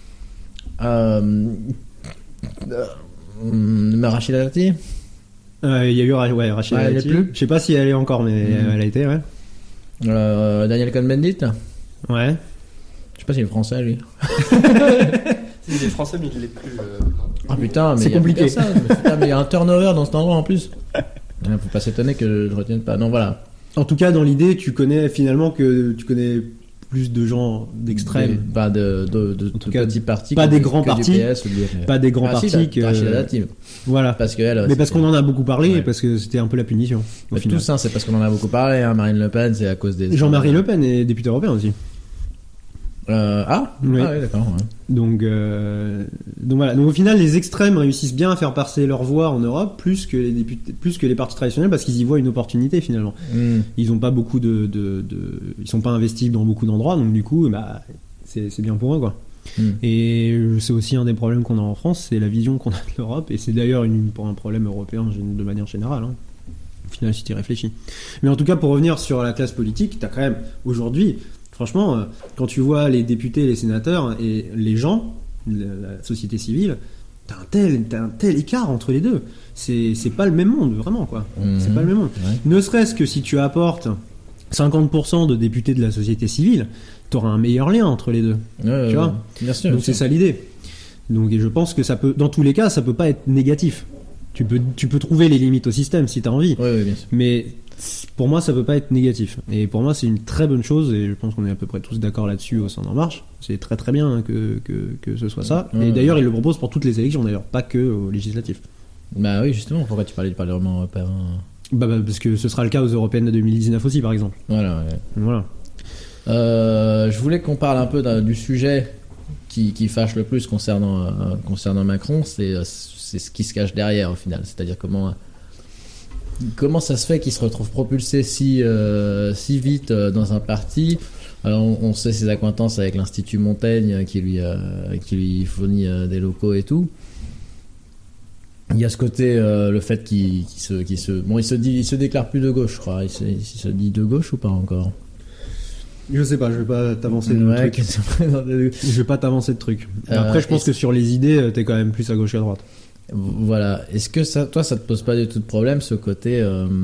Rachida Dati. Il y a eu Rachida Dati. Je sais pas si elle est encore, mais elle a été, ouais. Daniel Cohn-Bendit. Ouais. Je sais pas s'il est français, lui. Il est français, mais il l'est plus. Ah putain, mais c'est compliqué. Mais il y a un turnover dans cet endroit en plus. Faut pas s'étonner que je retienne pas. Non, voilà. En tout cas, dans l'idée, tu connais plus de gens d'extrême. Pas de petits partis. Pas des grands partis. Pas des grands partis que. Voilà. Parce que mais parce qu'on en a beaucoup parlé, et parce que c'était un peu la punition. Tout ça, c'est parce qu'on en a beaucoup parlé. Hein. Marine Le Pen, c'est à cause des. Jean-Marie Le Pen est député européen aussi. Oui. Oui, d'accord. Ouais. Donc voilà. Donc au final, les extrêmes réussissent bien à faire passer leur voix en Europe, plus que les partis traditionnels, parce qu'ils y voient une opportunité finalement. Ils ont pas beaucoup ils sont pas investis dans beaucoup d'endroits, donc du coup, c'est bien pour eux, quoi. Et c'est aussi un des problèmes qu'on a en France, c'est la vision qu'on a de l'Europe, et c'est d'ailleurs un problème européen de manière générale. Hein. Au final, si tu y réfléchis. Mais en tout cas, pour revenir sur la classe politique, t'as quand même aujourd'hui. Franchement, quand tu vois les députés, les sénateurs et les gens, la société civile, t'as un tel écart entre les deux. C'est pas le même monde, vraiment, quoi. C'est pas le même monde. Ouais. Ne serait-ce que si tu apportes 50% de députés de la société civile, t'auras un meilleur lien entre les deux. Tu vois ? Bien sûr. Donc c'est ça l'idée. Donc et je pense que ça peut, dans tous les cas, ça peut pas être négatif. Tu peux trouver les limites au système si t'as envie. Oui, bien sûr. Mais pour moi, ça peut pas être négatif. Et pour moi, c'est une très bonne chose, et je pense qu'on est à peu près tous d'accord là-dessus au sein d'En Marche. C'est très très bien que ce soit ça. Et d'ailleurs, il le propose pour toutes les élections, d'ailleurs, pas que aux législatives. Bah oui, justement. Pourquoi tu parlais du Parlement européen ? Parce que ce sera le cas aux européennes de 2019 aussi, par exemple. Voilà. Je voulais qu'on parle un peu du sujet qui fâche le plus concernant Macron, c'est ce qui se cache derrière au final. C'est-à-dire comment ça se fait qu'il se retrouve propulsé si vite dans un parti. Alors on sait ses accointances avec l'Institut Montaigne qui lui fournit des locaux et tout. Il y a ce côté, le fait qu'il se déclare plus de gauche, je crois. Il se dit de gauche ou pas encore ? Je sais pas, je vais pas t'avancer de truc. Je vais pas t'avancer de truc. Après, je pense que sur les idées, t'es quand même plus à gauche qu'à droite. Voilà. Est-ce que ça te pose pas du tout de problème, ce côté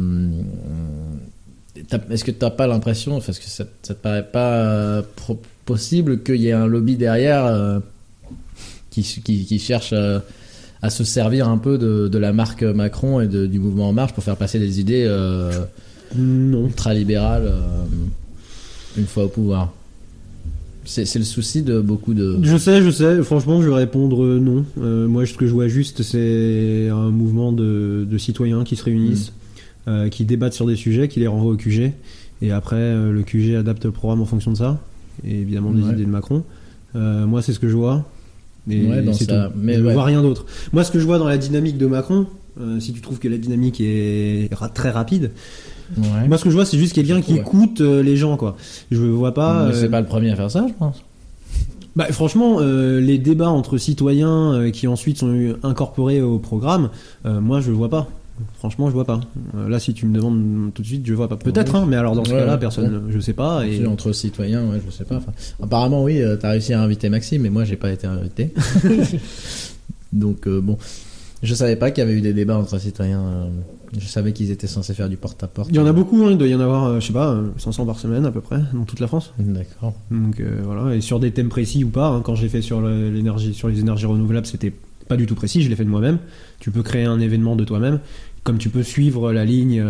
est-ce que t'as pas l'impression, parce que ça te paraît pas possible qu'il y ait un lobby derrière qui cherche à se servir un peu de la marque Macron et du mouvement En Marche pour faire passer des idées ultra-libérales une fois au pouvoir? C'est le souci de beaucoup de... Je sais. Franchement, je vais répondre non. Moi, ce que je vois juste, c'est un mouvement de citoyens qui se réunissent, qui débattent sur des sujets, qui les renvoient au QG. Et après, le QG adapte le programme en fonction de ça. Et évidemment, des idées de Macron. Moi, c'est ce que je vois. Et c'est tout. Mais je vois rien d'autre. Moi, ce que je vois dans la dynamique de Macron, si tu trouves que la dynamique est très rapide... Ouais. Moi, ce que je vois, c'est juste quelqu'un qui écoute les gens, quoi. Je vois pas. Mais c'est pas le premier à faire ça, je pense. Franchement, les débats entre citoyens qui ensuite sont incorporés au programme, moi, je vois pas. Franchement, je vois pas. Là, si tu me demandes tout de suite, je vois pas. Peut-être, hein, mais alors dans ce cas-là, personne, je sais pas. Et... Entre citoyens, je sais pas. Enfin, apparemment, oui, t'as réussi à inviter Maxime, mais moi, j'ai pas été invité. Donc, bon. Je savais pas qu'il y avait eu des débats entre citoyens. Je savais qu'ils étaient censés faire du porte-à-porte. Il y en a beaucoup, hein, il doit y en avoir, je sais pas, 500 par semaine à peu près, dans toute la France. D'accord. Donc voilà, et sur des thèmes précis ou pas, hein, quand j'ai fait sur l'énergie, sur les énergies renouvelables, c'était pas du tout précis, je l'ai fait de moi-même. Tu peux créer un événement de toi-même, comme tu peux suivre la ligne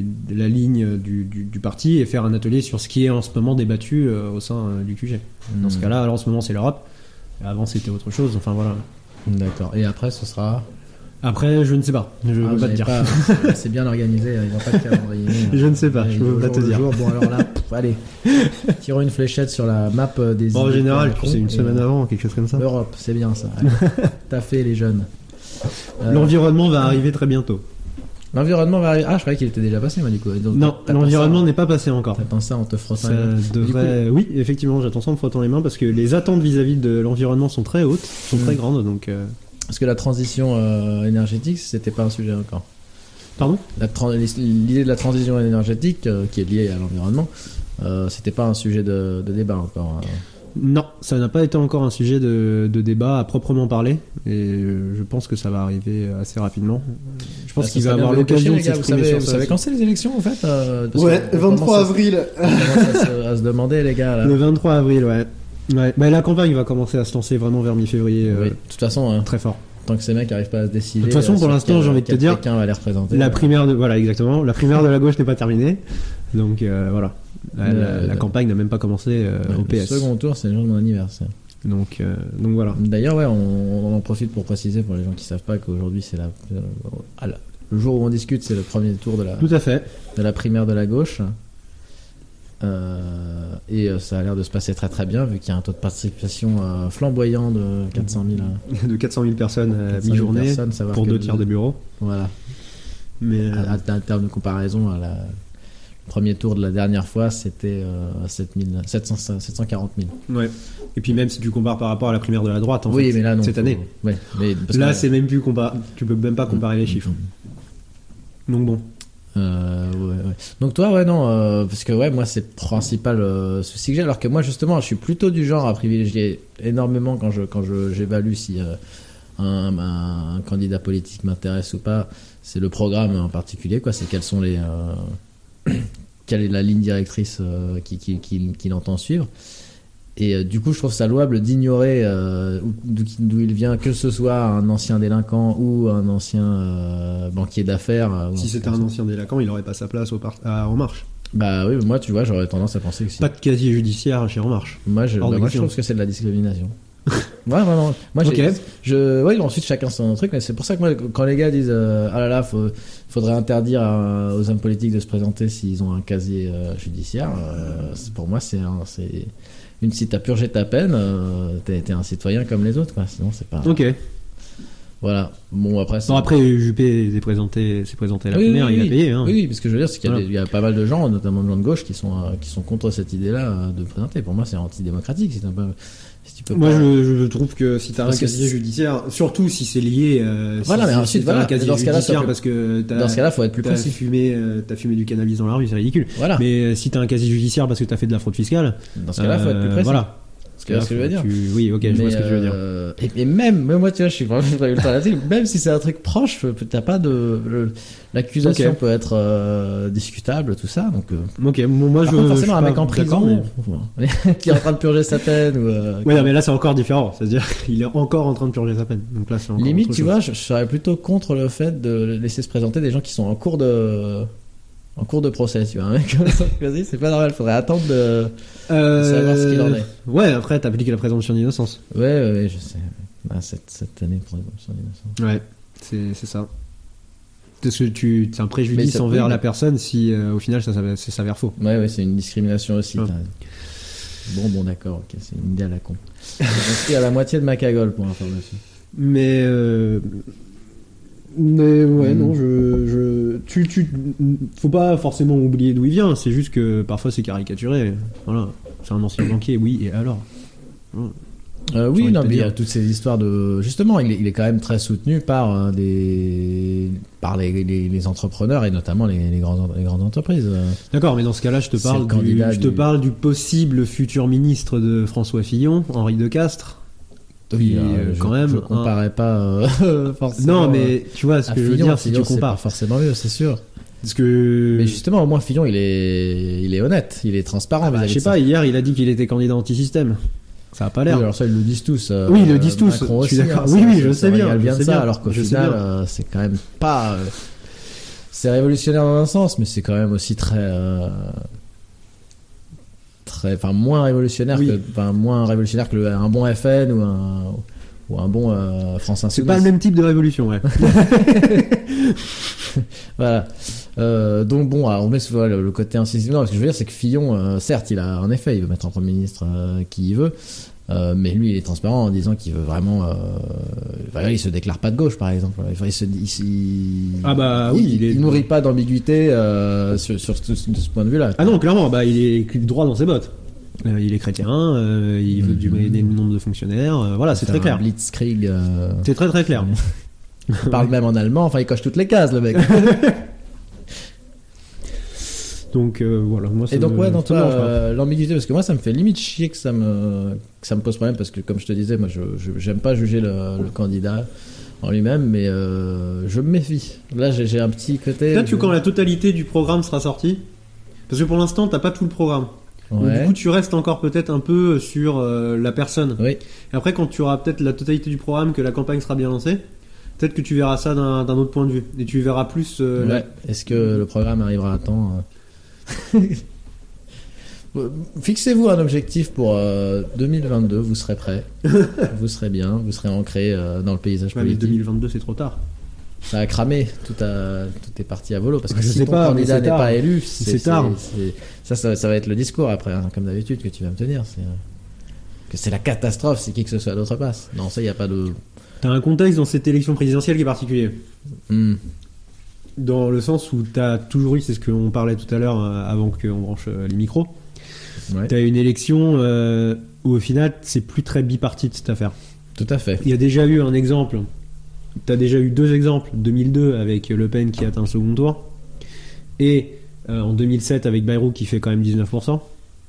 du parti et faire un atelier sur ce qui est en ce moment débattu au sein du QG. Dans ce cas-là, alors en ce moment c'est l'Europe, avant c'était autre chose, enfin voilà. D'accord. Et après, ce sera. Après, je ne sais pas, je peux pas te dire. C'est bien organisé, il n'y a pas de calendrier. Je ne sais pas, je peux pas te dire. Bon, alors là, allez, tirons une fléchette sur la map des. Bon, en général, c'est une semaine avant, quelque chose comme ça. L'Europe, c'est bien ça. T'as fait les jeunes. L'environnement va arriver très bientôt. L'environnement va arriver. Ah, je croyais qu'il était déjà passé, moi, du coup. Donc, non, l'environnement n'est pas passé encore. T'attends ça en te frottant ça les mains. devrait... Oui, effectivement, j'attends ça en me frottant les mains parce que les attentes vis-à-vis de l'environnement sont très hautes, sont très grandes, donc... Parce que la transition énergétique, c'était pas un sujet encore. Pardon ? L'idée de la transition énergétique, qui est liée à l'environnement, c'était pas un sujet de débat encore. Non, ça n'a pas été encore un sujet de débat à proprement parler, et je pense que ça va arriver assez rapidement. Je pense qu'il va avoir l'occasion de s'exprimer sur ça. Vous savez quand c'est les élections, en fait Ouais, 23 avril. On commence à se demander, les gars. Là. Le 23 avril, ouais. Ouais. Bah, la campagne va commencer à se lancer vraiment vers mi-février. Oui, de toute façon, très fort. Tant que ces mecs n'arrivent pas à se décider. De toute façon, pour l'instant, j'ai envie de te dire, quelqu'un va les représenter. La primaire de, voilà, exactement. La primaire de la gauche n'est pas terminée, donc voilà. La campagne n'a même pas commencé au PS. Le second tour, c'est le jour de mon anniversaire. Donc voilà. D'ailleurs, ouais, on en profite pour préciser pour les gens qui savent pas qu'aujourd'hui c'est le jour où on discute, c'est le premier tour Tout à fait. de la primaire de la gauche. Et ça a l'air de se passer très très bien vu qu'il y a un taux de participation flamboyant de 400 000 de 400 000 personnes à mi-journée pour 2 tiers des bureaux. Voilà. Mais à terme de comparaison, le premier tour de la dernière fois, c'était 740 000. Ouais. Et puis même si tu compares par rapport à la primaire de la droite, oui, mais là, non, cette année. Ouais, mais là, c'est même plus tu peux même pas comparer les chiffres. Donc bon. Ouais. Donc toi, ouais, non, parce que ouais, moi c'est le principal souci que j'ai, alors que moi justement, je suis plutôt du genre à privilégier énormément quand j'évalue si un candidat politique m'intéresse ou pas, c'est le programme en particulier, quoi. C'est quelles sont quelle est la ligne directrice qu'il entend suivre. Et du coup, je trouve ça louable d'ignorer d'où il vient, que ce soit un ancien délinquant ou un ancien banquier d'affaires. Si c'était un ancien délinquant, il n'aurait pas sa place En Marche. Bah oui, moi, tu vois, j'aurais tendance à penser que si. Pas de casier judiciaire chez En Marche. Moi, je trouve que c'est de la discrimination. Ouais, vraiment. Moi, ouais, ensuite, chacun son truc, mais c'est pour ça que moi, quand les gars disent ah là là, faudrait interdire aux hommes politiques de se présenter s'ils ont un casier judiciaire, pour moi, c'est si t'as purgé ta peine, t'es un citoyen comme les autres, quoi. Sinon, c'est pas. Ok. Voilà. Bon, après. Après, Juppé s'est présenté à la primaire, il a payé. Hein. Oui, parce que je veux dire, c'est qu'il y a pas mal de gens, notamment de gens de gauche, qui sont contre cette idée-là de présenter. Pour moi, c'est antidémocratique. Moi, je trouve que si t'as un casier judiciaire, surtout si c'est lié. Voilà, mais ensuite, un casier judiciaire parce que dans ce cas-là, faut être plus précis. T'as fumé du cannabis dans la rue, c'est ridicule. Voilà. Mais si t'as un casier judiciaire parce que t'as fait de la fraude fiscale. Dans ce cas-là, faut être plus précis. Voilà. C'est ce que je veux dire. Oui, ok, je vois ce que tu veux dire. Et même moi, tu vois, je suis vraiment ultra là-dessus. Même si c'est un truc proche, t'as pas l'accusation peut être discutable, tout ça. Donc, ok, moi je. Forcément, un mec en prison qui est en train de purger sa peine. Ouais, non, mais là c'est encore différent. C'est-à-dire qu'il est encore en train de purger sa peine. Donc là, c'est encore limite, tu vois, je serais plutôt contre le fait de laisser se présenter des gens qui sont en cours de procès, tu vois, un mec vas-y, c'est pas normal, faudrait attendre de savoir ce qu'il en est. Ouais, après t'appliques la présomption d'innocence. Ouais, je sais. Cette année, présomption d'innocence. Ouais, c'est ça. Parce que c'est un préjudice envers la personne si au final ça s'avère faux. Ouais, c'est une discrimination aussi. Ouais. Bon, d'accord, ok, c'est une idée à la con. C'est à la moitié de ma cagole pour information. Mais ouais, non, faut pas forcément oublier d'où il vient, c'est juste que parfois c'est caricaturé. Voilà, c'est un ancien banquier, oui, et alors oui, non, mais il y a toutes ces histoires de. Justement, il est quand même très soutenu par les entrepreneurs et notamment les grandes entreprises. D'accord, mais dans ce cas-là, je te parle du possible futur ministre de François Fillon, Henri Decastre, Qui, quand même. Je comparais pas forcément. Non, mais tu vois ce que je veux dire, si tu Fillon, compares. c'est pas forcément mieux, c'est sûr. Parce que. Mais justement, au moins Fillon, il est honnête, il est transparent. Je sais pas, hier, il a dit qu'il était candidat anti-système. Ça a pas l'air. Oui, alors ça, ils le disent tous. Oui, ils le disent tous. Macron Je suis aussi, d'accord. hein, Oui, je ça sais bien. régale bien je de sais ça, bien, alors qu'au je sais final, bien. c'est quand même pas. C'est révolutionnaire dans un sens, mais c'est quand même aussi enfin moins révolutionnaire que un bon FN ou un bon France Insoumise. C'est pas le même type de révolution, ouais. Voilà. Donc bon, alors on met le côté incisive. Non, ce que je veux dire, c'est que Fillon, certes, il a en effet, il veut mettre en Premier ministre qui il veut, mais lui, il est transparent en disant qu'il veut vraiment. Voilà, il se déclare pas de gauche, par exemple. Ah bah oui, il nourrit pas d'ambiguïté de ce point de vue-là. Ah non, clairement, bah il est droit dans ses bottes. Il est chrétien, il veut diminuer le nombre de fonctionnaires. Voilà, c'est très clair. Blitzkrieg. C'est très très clair. Il parle même en allemand. Enfin, il coche toutes les cases, le mec. Donc voilà, moi. Et donc ouais, dans toi, l'ambiguïté, parce que moi, ça me fait limite chier que ça me pose problème, parce que comme je te disais, moi, j'aime pas juger le candidat en lui-même, mais je me méfie. Là, j'ai un petit côté. Peut-être que quand la totalité du programme sera sortie, parce que pour l'instant, t'as pas tout le programme. Ouais. Donc, du coup, tu restes encore peut-être un peu sur la personne. Oui. Et après, quand tu auras peut-être la totalité du programme, que la campagne sera bien lancée, peut-être que tu verras ça d'un autre point de vue. Et tu verras plus. Ouais. Est-ce que le programme arrivera à temps Fixez-vous un objectif pour 2022, vous serez prêt, vous serez bien, vous serez ancré dans le paysage Ouais, mais politique. 2022, c'est trop tard. Ça a cramé, tout est parti à volo, parce que Je si sais ton pas, candidat mais n'est c'est pas élu, c'est tard. Ça va être le discours après, hein, comme d'habitude, que tu vas me tenir. Que c'est la catastrophe si qui que ce soit d'autre passe. Non, ça, il n'y a pas de. T'as un contexte dans cette élection présidentielle qui est particulier. Dans le sens où t'as toujours eu, c'est ce qu'on parlait tout à l'heure avant qu'on branche les micros, Ouais. t'as une élection où au final c'est plus très bipartite cette affaire. Tout à fait. Il y a déjà eu un exemple, t'as déjà eu deux exemples, 2002 avec Le Pen qui atteint le second tour, et en 2007 avec Bayrou qui fait quand même 19%.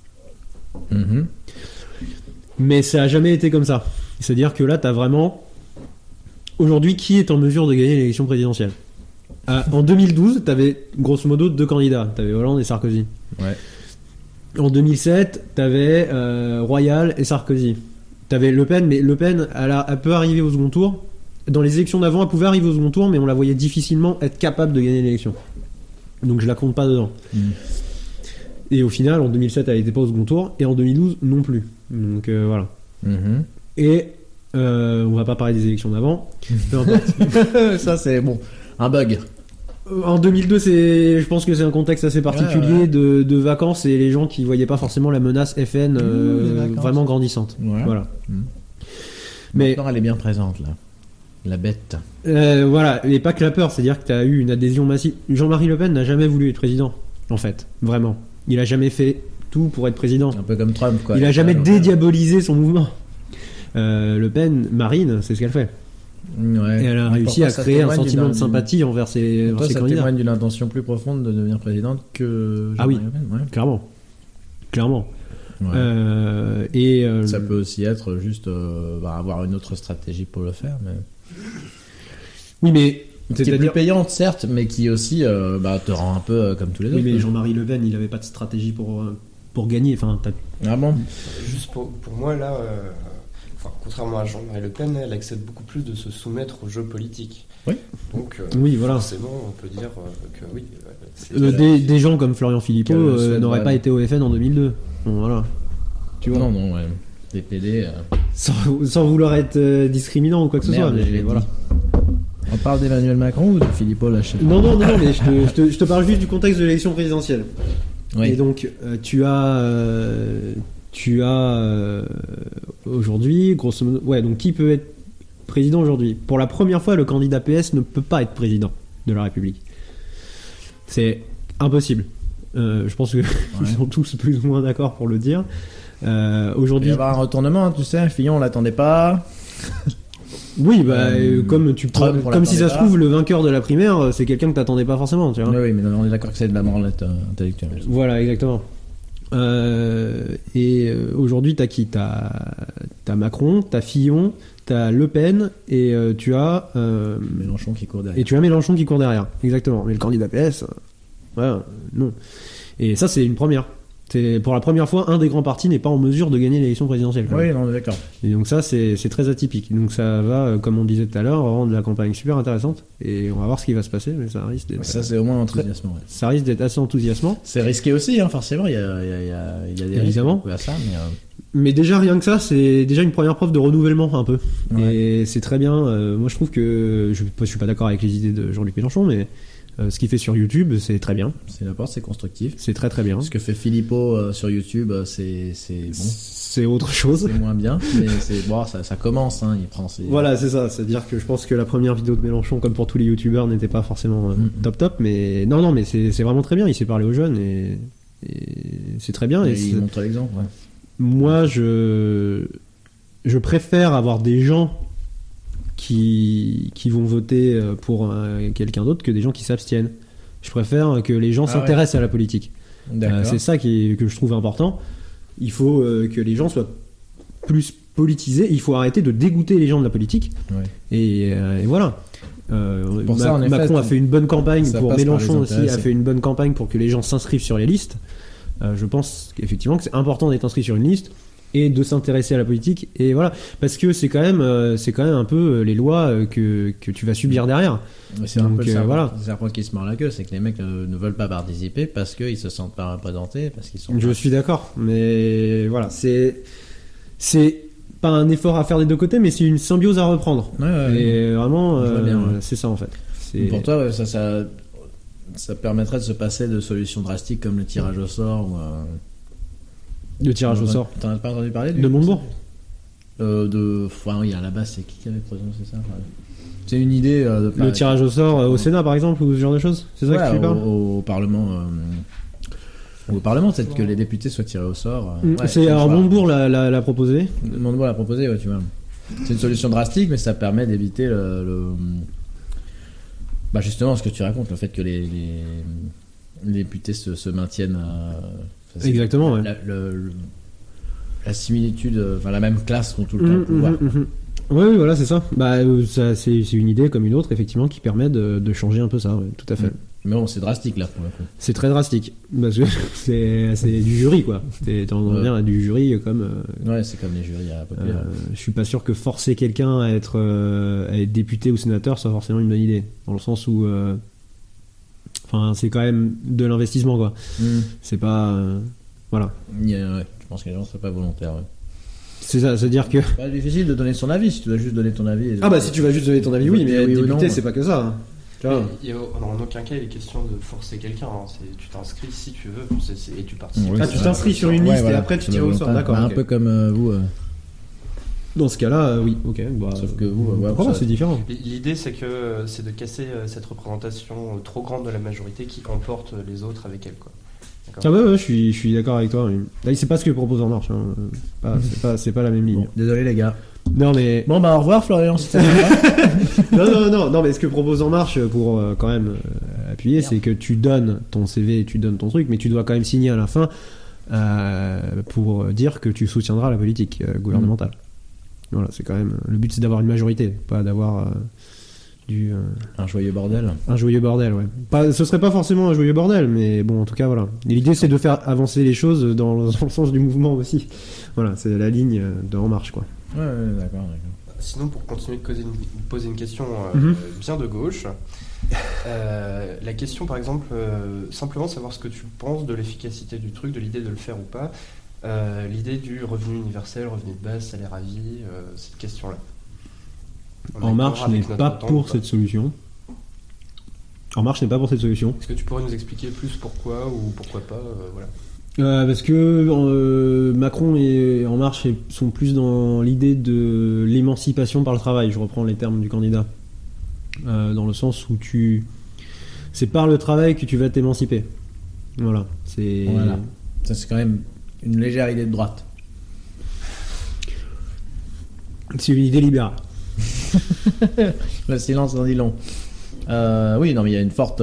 Mhm. Mais ça a jamais été comme ça. C'est-à-dire que là t'as vraiment... Aujourd'hui, qui est en mesure de gagner l'élection présidentielle ? En 2012, t'avais grosso modo deux candidats. T'avais Hollande et Sarkozy. Ouais. En 2007, t'avais Royal et Sarkozy. T'avais Le Pen, mais Le Pen, elle peut arriver au second tour. Dans les élections d'avant, elle pouvait arriver au second tour, mais on la voyait difficilement être capable de gagner l'élection. Donc je la compte pas dedans. Et au final, en 2007, elle était pas au second tour, et en 2012, non plus. Donc voilà. Mhm. Et on va pas parler des élections d'avant. Peu importe. Ça, c'est bon. Un bug. En 2002, je pense que c'est un contexte assez particulier Ouais. De vacances et les gens qui voyaient pas forcément la menace FN des vacances. vraiment grandissante. Ouais. Voilà. Mhm. Mais Maintenant, elle est bien présente, là. La bête. voilà, et pas que la peur, c'est-à-dire que tu as eu une adhésion massive. Jean-Marie Le Pen n'a jamais voulu être président, en fait, vraiment. Il a jamais fait tout pour être président. Un peu comme Trump, quoi. Il a jamais Ouais. dédiabolisé son mouvement. Le Pen, Marine, c'est ce qu'elle fait. Ouais. Et elle a Mais réussi pourtant, à ça créer un témoigne sentiment de d'une- sympathie envers ses Toi, ça candidats. témoigne d'une intention plus profonde de devenir présidente que Ah oui. Jean-Marie Le Pen, ouais. Clairement. Ouais. Et Ça peut aussi être juste avoir une autre stratégie pour le faire, mais oui, mais qui est plus c'est-à-dire payante, certes, mais qui aussi te rend un peu comme tous les oui, autres. mais Jean-Marie Le Pen, il avait pas de stratégie pour gagner. Enfin, Ah bon? Juste pour moi, là, contrairement à Jean-Marie Le Pen, elle accepte beaucoup plus de se soumettre au jeu politique. Oui. Donc, oui, voilà. forcément, on peut dire que oui. Des gens comme Florian Philippot Qu'elle souhaite n'auraient pas vraiment. été au FN en 2002. Bon, voilà. Tu vois. Non, ouais. Des PD. Sans vouloir être discriminant ou quoi que ce Merde, soit. je Mais l'ai voilà. dit. On parle d'Emmanuel Macron ou de Philippot, là, je sais pas. Non, mais je te parle juste du contexte de l'élection présidentielle. Oui. Et donc, tu as aujourd'hui, grosso modo, ouais, donc qui peut être président aujourd'hui ? Pour la première fois, le candidat PS ne peut pas être président de la République. C'est impossible. Je pense que ils sont tous plus ou moins d'accord pour le dire. Il va Aujourd'hui, y avoir un retournement, hein, tu sais. Fillon, on l'attendait pas. oui, bah, comme Trump, on comme si ça l'attendait se pas. trouve, le vainqueur de la primaire, c'est quelqu'un que t'attendais pas forcément, tu vois. Oui, mais on est d'accord que c'est de la branlette intellectuelle. Voilà, exactement. Et aujourd'hui, t'as qui ? T'as T'as Macron, t'as Fillon, t'as Le Pen et tu as Mélenchon qui court derrière. et tu as Mélenchon qui court derrière. Exactement. Mais le candidat PS, non. Et ça, c'est une première. C'est pour la première fois, un des grands partis n'est pas en mesure de gagner l'élection présidentielle. quand même. Oui, non, d'accord. Et donc ça, c'est très atypique. Donc ça va, comme on disait tout à l'heure, rendre la campagne super intéressante. Et on va voir ce qui va se passer, mais ça risque d'être, Ça, c'est au moins enthousiasmant. Ouais. ça risque d'être assez enthousiasmant. C'est risqué aussi, hein, forcément. Il y a des Évidemment. risques à ça, mais Mais déjà, rien que ça, c'est déjà une première preuve de renouvellement un peu. Ouais. Et c'est très bien. Moi, je trouve que... Je suis pas d'accord avec les idées de Jean-Luc Mélenchon, mais ce qu'il fait sur YouTube, c'est très bien. c'est constructif. C'est très très bien. Ce que fait Philippot sur YouTube, c'est bon. C'est autre chose. C'est moins bien, mais c'est bon, ça commence. Hein, il prend ses... Voilà, c'est ça. C'est-à-dire que je pense que la première vidéo de Mélenchon, comme pour tous les youtubeurs, n'était pas forcément top, mais non, mais c'est vraiment très bien. Il sait parler aux jeunes et c'est très bien. Et Et il montre l'exemple. Ouais. moi, je préfère avoir des gens qui vont voter pour quelqu'un d'autre que des gens qui s'abstiennent. Je préfère que les gens s'intéressent à la politique. D'accord. C'est ça que je trouve important. Il faut que les gens soient plus politisés. Il faut arrêter de dégoûter les gens de la politique. Ouais. Et voilà. Pour ça, en effet, Macron a fait une bonne campagne ça pour passe par Mélenchon les aussi intéressés. a fait une bonne campagne pour que les gens s'inscrivent sur les listes. Je pense qu'effectivement que c'est important d'être inscrit sur une liste et de s'intéresser à la politique, et voilà, parce que c'est quand même un peu les lois que tu vas subir derrière. Mais c'est un Donc, peu le serpent, voilà. le serpent qui se mord la queue, c'est que les mecs ne veulent pas participer parce qu'ils se sentent pas représentés, parce qu'ils sont. Je suis d'accord, mais voilà, c'est pas un effort à faire des deux côtés, mais c'est une symbiose à reprendre. Ouais, Et vraiment, je vois bien, ouais. c'est ça en fait. Pour toi, ouais, ça permettrait de se passer de solutions drastiques comme le tirage au sort ou. Le tirage au sort. T'en as pas entendu parler De Montebourg. Enfin, oui, à la base, c'est qui avait prononcé ça? Enfin, c'est une idée. Le tirage au sort au Sénat par exemple, ou ce genre de choses. C'est ça que tu parles. Au Parlement. Au Parlement, c'est que les députés soient tirés au sort. Alors Montebourg l'a proposé. Montebourg l'a proposé, ouais, tu vois. C'est une solution drastique, mais ça permet d'éviter bah justement ce que tu racontes, le fait que les députés se maintiennent Exactement, ouais. La similitude, enfin la même classe ont tout le temps le pouvoir. Oui, voilà, c'est ça. Bah, ça c'est une idée comme une autre, effectivement, qui permet de changer un peu ça, ouais, tout à fait. Mais bon, c'est drastique là pour le coup. C'est très drastique, parce que c'est du jury, quoi. T'en viens à du jury comme. Ouais, c'est comme les jurys à populaires. Je suis pas sûr que forcer quelqu'un à être député ou sénateur soit forcément une bonne idée, dans le sens où. Enfin, c'est quand même de l'investissement, quoi. C'est pas. Voilà. Ouais, je pense que les gens ne seraient pas volontaires. Ouais. C'est ça, c'est-à-dire que. C'est pas difficile de donner son avis si tu dois juste donner ton avis. Ah, bah si tu vas juste donner ton avis, oui, mais oui ou député, non, c'est pas que ça. Hein. Tu vois. En aucun cas il est question de forcer quelqu'un. Hein. Tu t'inscris si tu veux et tu participes. Ah, tu t'inscris sur une liste et après tu tires au sort. D'accord. Bah, Okay. un peu comme vous. Dans ce cas-là, oui, ok. Bah, Sauf que vous, pourquoi c'est différent. L'idée c'est de casser cette représentation trop grande de la majorité qui emporte les autres avec elle, quoi. Ah ouais, je suis d'accord avec toi. Là, c'est pas ce que propose En Marche. Hein. C'est pas la même ligne. Bon, désolé les gars. Non mais. Bon bah au revoir Florian. C'était sympa. non, mais ce que propose En Marche pour quand même appuyer, c'est que tu donnes ton CV, tu donnes ton truc, mais tu dois quand même signer à la fin pour dire que tu soutiendras la politique gouvernementale. Voilà, c'est quand même. Le but c'est d'avoir une majorité, pas d'avoir un joyeux bordel. Un joyeux bordel, ouais. Ce serait pas forcément un joyeux bordel, mais bon, en tout cas, voilà. Et l'idée, c'est de faire avancer les choses dans le sens du mouvement aussi. Voilà, c'est la ligne de En Marche, quoi. Ouais, d'accord. Sinon, pour continuer de poser une question bien de gauche, la question, par exemple, simplement savoir ce que tu penses de l'efficacité du truc, de l'idée de le faire ou pas, l'idée du revenu universel, revenu de base, salaire à vie, cette question-là. En Marche n'est pas pour cette solution. En Marche n'est pas pour cette solution. Est-ce que tu pourrais nous expliquer plus pourquoi ou pourquoi pas voilà. Parce que Macron et En Marche sont plus dans l'idée de l'émancipation par le travail. Je reprends les termes du candidat. Dans le sens où c'est par le travail que tu vas t'émanciper. Voilà. Voilà. Ça, c'est quand même une légère idée de droite. C'est une idée libérale. Le silence en dit long. Oui, non, mais il y a une forte.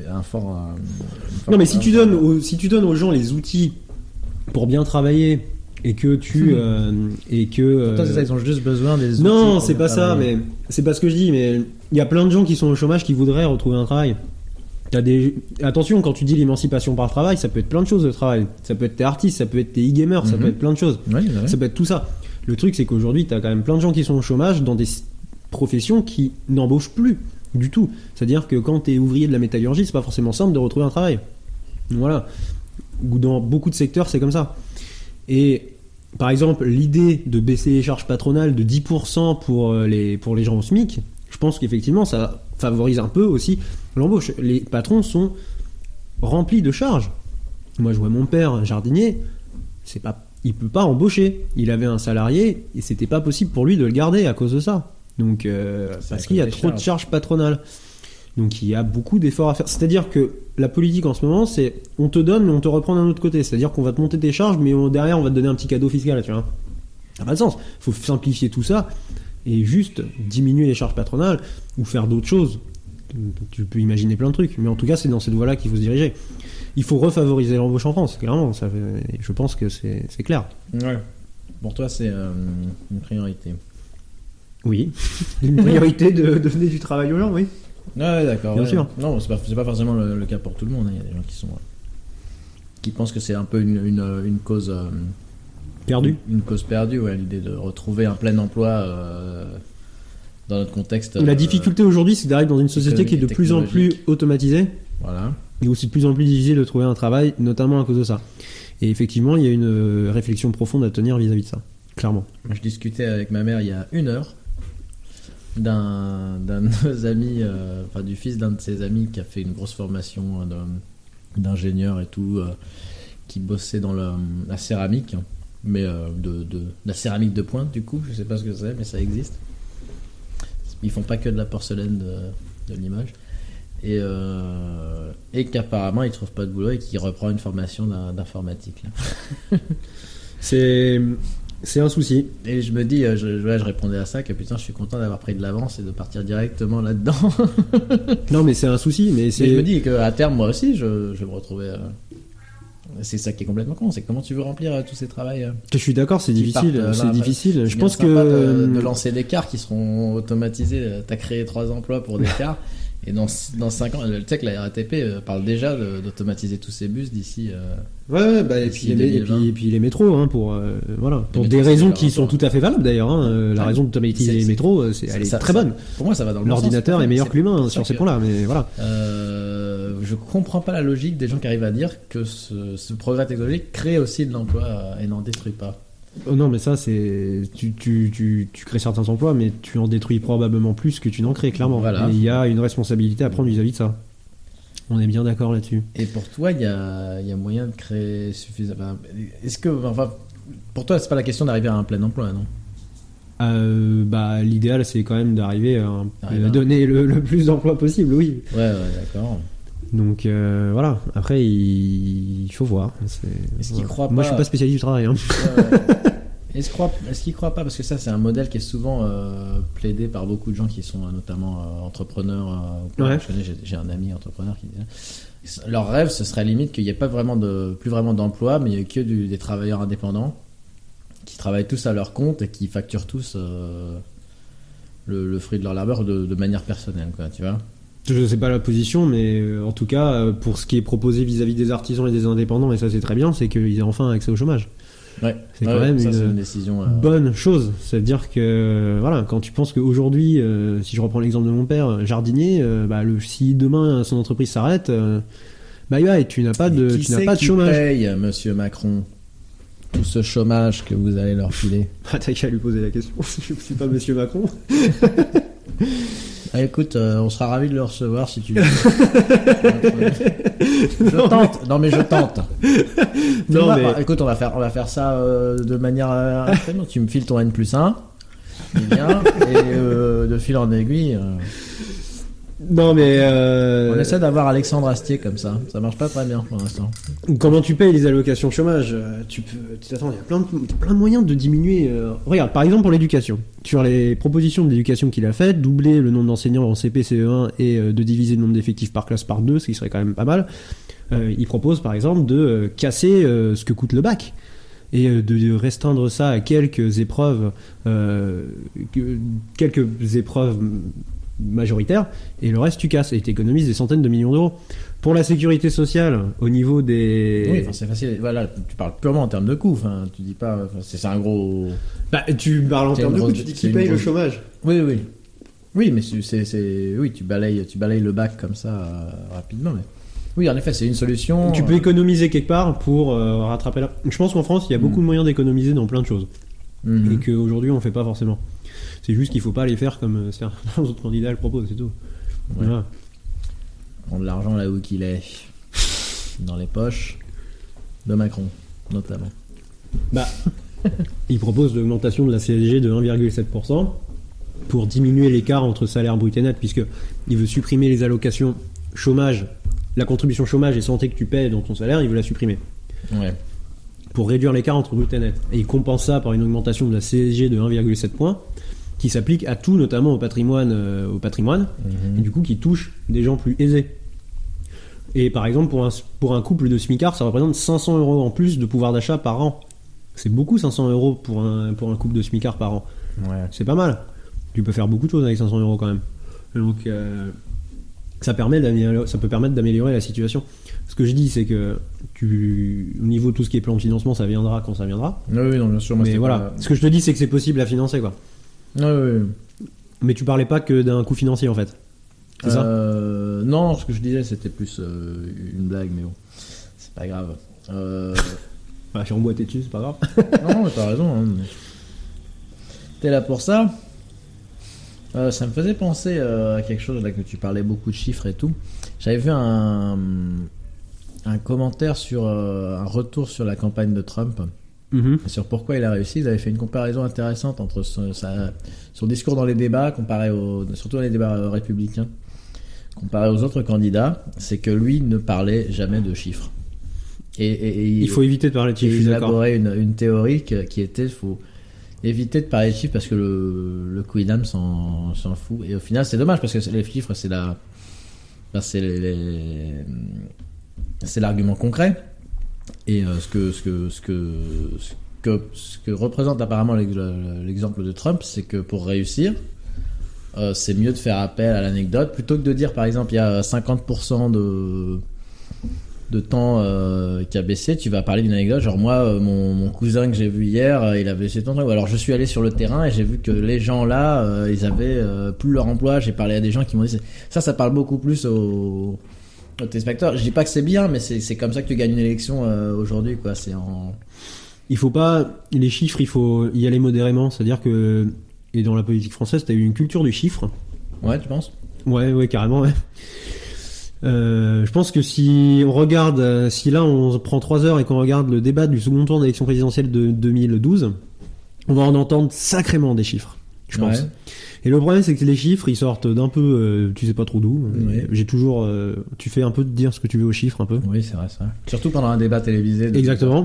Non, mais si tu donnes aux gens les outils pour bien travailler, et que tu Pourtant, c'est ça, ils ont juste besoin des outils non, pour c'est bien pas ça, travailler. mais c'est pas ce que je dis, mais il y a plein de gens qui sont au chômage qui voudraient retrouver un travail. Attention, quand tu dis l'émancipation par le travail, ça peut être plein de choses de travail. Ça peut être t'es artiste, ça peut être t'es e-gamer, ça peut être plein de choses. Ouais. Ça peut être tout ça. Le truc, c'est qu'aujourd'hui, t'as quand même plein de gens qui sont au chômage dans des professions qui n'embauchent plus du tout. C'est-à-dire que quand t'es ouvrier de la métallurgie, c'est pas forcément simple de retrouver un travail. Voilà. Ou dans beaucoup de secteurs, c'est comme ça. Et par exemple, l'idée de baisser les charges patronales de 10% pour les gens au SMIC, je pense qu'effectivement, ça favorise un peu aussi l'embauche. Les patrons sont remplis de charges. Moi, je vois mon père, jardinier, il peut pas embaucher. Il avait un salarié et c'était pas possible pour lui de le garder à cause de ça. Donc, parce qu'il y a trop de charges patronales. Donc, il y a beaucoup d'efforts à faire. C'est-à-dire que la politique en ce moment, c'est on te donne, mais on te reprend d'un autre côté. C'est-à-dire qu'on va te monter tes charges, mais derrière, on va te donner un petit cadeau fiscal. Tu vois, ça n'a pas de sens. Il faut simplifier tout ça et juste diminuer les charges patronales ou faire d'autres choses. Tu peux imaginer plein de trucs, mais en tout cas, c'est dans cette voie-là qu'il faut se diriger. Il faut refavoriser l'embauche en France, clairement. Je pense que c'est clair. Ouais. Pour toi, c'est une priorité. Oui, une priorité de donner du travail aux gens, oui. Ouais, d'accord. Bien sûr. Non, c'est pas forcément le cas pour tout le monde. Il y a des gens qui pensent que c'est un peu une cause perdue. Une cause perdue, ouais, l'idée de retrouver un plein emploi dans notre contexte. La difficulté aujourd'hui, c'est d'arriver dans une société qui est de plus en plus automatisée. Voilà. Et aussi de plus en plus difficile de trouver un travail, notamment à cause de ça. Et effectivement, il y a une réflexion profonde à tenir vis-à-vis de ça, clairement. Je discutais avec ma mère il y a 1 heure d'un de nos amis, du fils d'un de ses amis qui a fait une grosse formation d'ingénieur et tout, qui bossait dans la céramique, mais de la céramique de pointe du coup, je sais pas ce que c'est, mais ça existe. Ils font pas que de la porcelaine de l'image. Et qu'apparemment il trouve pas de boulot et qu'il reprend une formation d'informatique là. C'est un souci. Et je me dis, je répondais à ça, que putain, je suis content d'avoir pris de l'avance et de partir directement là-dedans. Non, mais c'est un souci. Mais je me dis qu'à terme, moi aussi, je vais me retrouver. C'est ça qui est complètement con, c'est comment tu veux remplir tous ces travails. Je suis d'accord, c'est difficile. C'est difficile. Je pense que. De lancer des cars qui seront automatisés. T'as créé 3 emplois pour des cars. Et dans 5 ans, tu sais que la RATP parle déjà d'automatiser tous ces bus d'ici. Ouais, bah, et puis les métros, hein, pour des raisons qui sont tout à fait valables d'ailleurs. Hein. La raison d'automatiser les métros, elle est très bonne. Pour moi, ça va dans le bon L'ordinateur sens. est meilleur que l'humain sur ces points-là, mais voilà. Je comprends pas la logique des gens qui arrivent à dire que ce progrès technologique crée aussi de l'emploi et n'en détruit pas. Oh non, mais ça, c'est. Tu crées certains emplois, mais tu en détruis probablement plus que tu n'en crées, clairement. Voilà. Et il y a une responsabilité à prendre vis-à-vis de ça. On est bien d'accord là-dessus. Et pour toi, il y a moyen de créer suffisamment. Est-ce que. Enfin, pour toi, c'est pas la question d'arriver à un plein emploi, non ? L'idéal, c'est quand même d'arriver à donner le plus d'emplois possible, oui. Ouais, d'accord. Donc voilà, après il faut voir. Est-ce qu'il croit pas... Moi je suis pas spécialiste du travail. Hein. Est-ce qu'il croit pas, parce que ça c'est un modèle qui est souvent plaidé par beaucoup de gens qui sont notamment entrepreneurs. Ouais. J'ai un ami entrepreneur qui disait leur rêve ce serait limite qu'il n'y ait pas plus vraiment d'emploi, mais il n'y ait que des travailleurs indépendants qui travaillent tous à leur compte et qui facturent tous le fruit de leur labeur de manière personnelle, quoi, tu vois. Je sais pas la position, mais en tout cas, pour ce qui est proposé vis-à-vis des artisans et des indépendants, et ça c'est très bien, c'est qu'ils aient enfin accès au chômage. Ouais. C'est quand même une décision bonne chose. C'est-à-dire que, voilà, quand tu penses qu'aujourd'hui, si je reprends l'exemple de mon père, jardinier, si demain son entreprise s'arrête, et tu n'as pas de chômage. Qui paye, monsieur Macron, tout ce chômage que vous allez leur filer? T'as qu'à lui poser la question. Je suis pas monsieur Macron. Ah, écoute, on sera ravis de le recevoir si tu veux. Je tente. Écoute, on va faire ça de manière. Tu me files ton N+1, il vient, et de fil en aiguille. Non mais on essaie d'avoir Alexandre Astier comme ça marche pas très bien pour l'instant. Comment tu payes les allocations chômage? Attends, il y a plein de moyens de diminuer. Regarde, par exemple pour l'éducation, sur les propositions de l'éducation qu'il a faites, doubler le nombre d'enseignants en CP, CE1 et de diviser le nombre d'effectifs par classe par 2, ce qui serait quand même pas mal. Il propose par exemple de casser ce que coûte le bac. et de restreindre ça à quelques épreuves majoritaires, et le reste tu casses et t'économises des centaines de millions d'euros. Pour la sécurité sociale, au niveau des... Oui, c'est facile. Voilà, tu parles purement en termes de coûts. Tu dis pas... C'est un gros... tu parles en termes de coûts, tu dis qui paye le chômage. Oui. Oui, mais oui, tu balayes le bac comme ça rapidement. Mais... Oui, en effet, c'est une solution. Tu peux économiser quelque part pour rattraper là. Je pense qu'en France, il y a beaucoup de moyens d'économiser dans plein de choses. Et qu'aujourd'hui, on fait pas forcément. C'est juste qu'il faut pas les faire comme certains autres candidats le proposent, c'est tout. Ouais. Voilà. Prendre l'argent là où qu'il est. Dans les poches de Macron, notamment. Il propose l'augmentation de la CSG de 1,7% pour diminuer l'écart entre salaire brut et net, puisqu'il veut supprimer les allocations chômage, la contribution chômage et santé que tu paies dans ton salaire, il veut la supprimer. Ouais. Pour réduire l'écart entre brut et net. Et il compense ça par une augmentation de la CSG de 1,7 points, qui s'applique à tout, notamment au patrimoine, et du coup qui touche des gens plus aisés. Et par exemple, pour un couple de smicards, ça représente 500 € en plus de pouvoir d'achat par an. C'est beaucoup, 500 € pour un couple de smicards par an. Ouais. C'est pas mal. Tu peux faire beaucoup de choses avec 500 € quand même. Donc ça peut permettre d'améliorer la situation. Ce que je dis, c'est que au niveau de tout ce qui est plan de financement, ça viendra quand ça viendra. Oui, non, bien sûr. Mais voilà, ce que je te dis, c'est que c'est possible à financer, quoi. Oui. Mais tu parlais pas que d'un coût financier, en fait. C'est ça ? Non, ce que je disais, c'était plus une blague, mais bon, c'est pas grave. Je suis emboîté dessus, c'est pas grave. Non, mais t'as raison. Hein, mais... T'es là pour ça. Ça me faisait penser à quelque chose là que tu parlais beaucoup de chiffres et tout. J'avais vu un commentaire sur un retour sur la campagne de Trump, sur pourquoi il a réussi. Ils avaient fait une comparaison intéressante entre son discours dans les débats, surtout dans les débats républicains, comparé aux autres candidats. C'est que lui ne parlait jamais de chiffres. Et il faut éviter de parler de chiffres. Il élaborait une théorie qui était faut éviter de parler de chiffres parce que le quidam s'en fout. Et au final, c'est dommage parce que les chiffres, c'est l'argument concret. Et ce que représente apparemment l'exemple de Trump, c'est que pour réussir, c'est mieux de faire appel à l'anecdote plutôt que de dire, par exemple, il y a 50% de temps qui a baissé. Tu vas parler d'une anecdote, genre moi, mon cousin que j'ai vu hier, il avait baissé ton truc. Ou alors je suis allé sur le terrain et j'ai vu que les gens là, ils avaient plus leur emploi. J'ai parlé à des gens qui m'ont dit ça parle beaucoup plus aux téléspectateurs. Je dis pas que c'est bien, mais c'est comme ça que tu gagnes une élection aujourd'hui, quoi. Il faut pas les chiffres, il faut y aller modérément. C'est-à-dire que et dans la politique française, t'as eu une culture du chiffre. Ouais, tu penses ? Ouais, carrément, ouais. Je pense que si on regarde, si là on prend 3 heures et qu'on regarde le débat du second tour de l'élection présidentielle de 2012, on va en entendre sacrément des chiffres, je pense. Ouais. Et le problème, c'est que les chiffres, ils sortent d'un peu, tu sais pas trop d'où. Ouais. J'ai toujours, tu fais un peu de dire ce que tu veux aux chiffres, un peu. Oui, c'est vrai. Surtout pendant un débat télévisé. Exactement.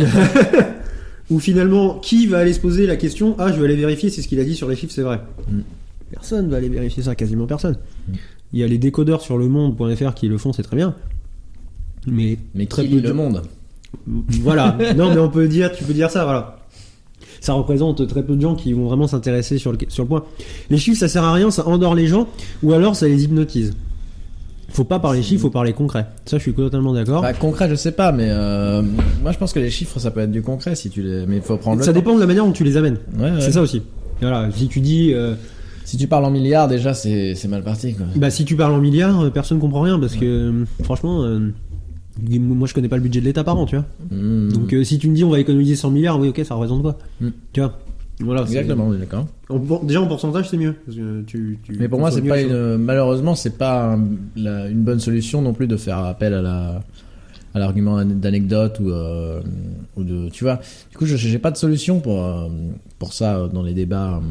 Où finalement, qui va aller se poser la question ? Ah, je vais aller vérifier si ce qu'il a dit sur les chiffres, c'est vrai. Personne va aller vérifier ça, quasiment personne. Il y a les décodeurs sur lemonde.fr qui le font, c'est très bien. Mais très peu de monde. Voilà. Non, mais tu peux dire ça, voilà. Ça représente très peu de gens qui vont vraiment s'intéresser sur le point. Les chiffres, ça sert à rien, ça endort les gens, ou alors ça les hypnotise. Faut pas parler chiffres, faut parler concret. Ça, je suis totalement d'accord. Concret, je sais pas, mais moi, je pense que les chiffres, ça peut être du concret si mais il faut prendre. Ça dépend de la manière dont tu les amènes. Ouais. C'est ça aussi. Voilà. Si tu dis. Si tu parles en milliards, déjà, c'est mal parti, quoi. Si tu parles en milliards, personne comprend rien parce que, franchement, moi, je connais pas le budget de l'État par an, tu vois. Donc, si tu me dis on va économiser 100 milliards, oui, ok, ça représente quoi tu vois. Voilà, exactement, oui, d'accord. Déjà en pourcentage, c'est mieux. Parce que mais pour moi, c'est pas malheureusement, c'est pas une bonne solution non plus de faire appel à l'argument d'anecdote ou de, tu vois. Du coup, j'ai pas de solution pour ça dans les débats.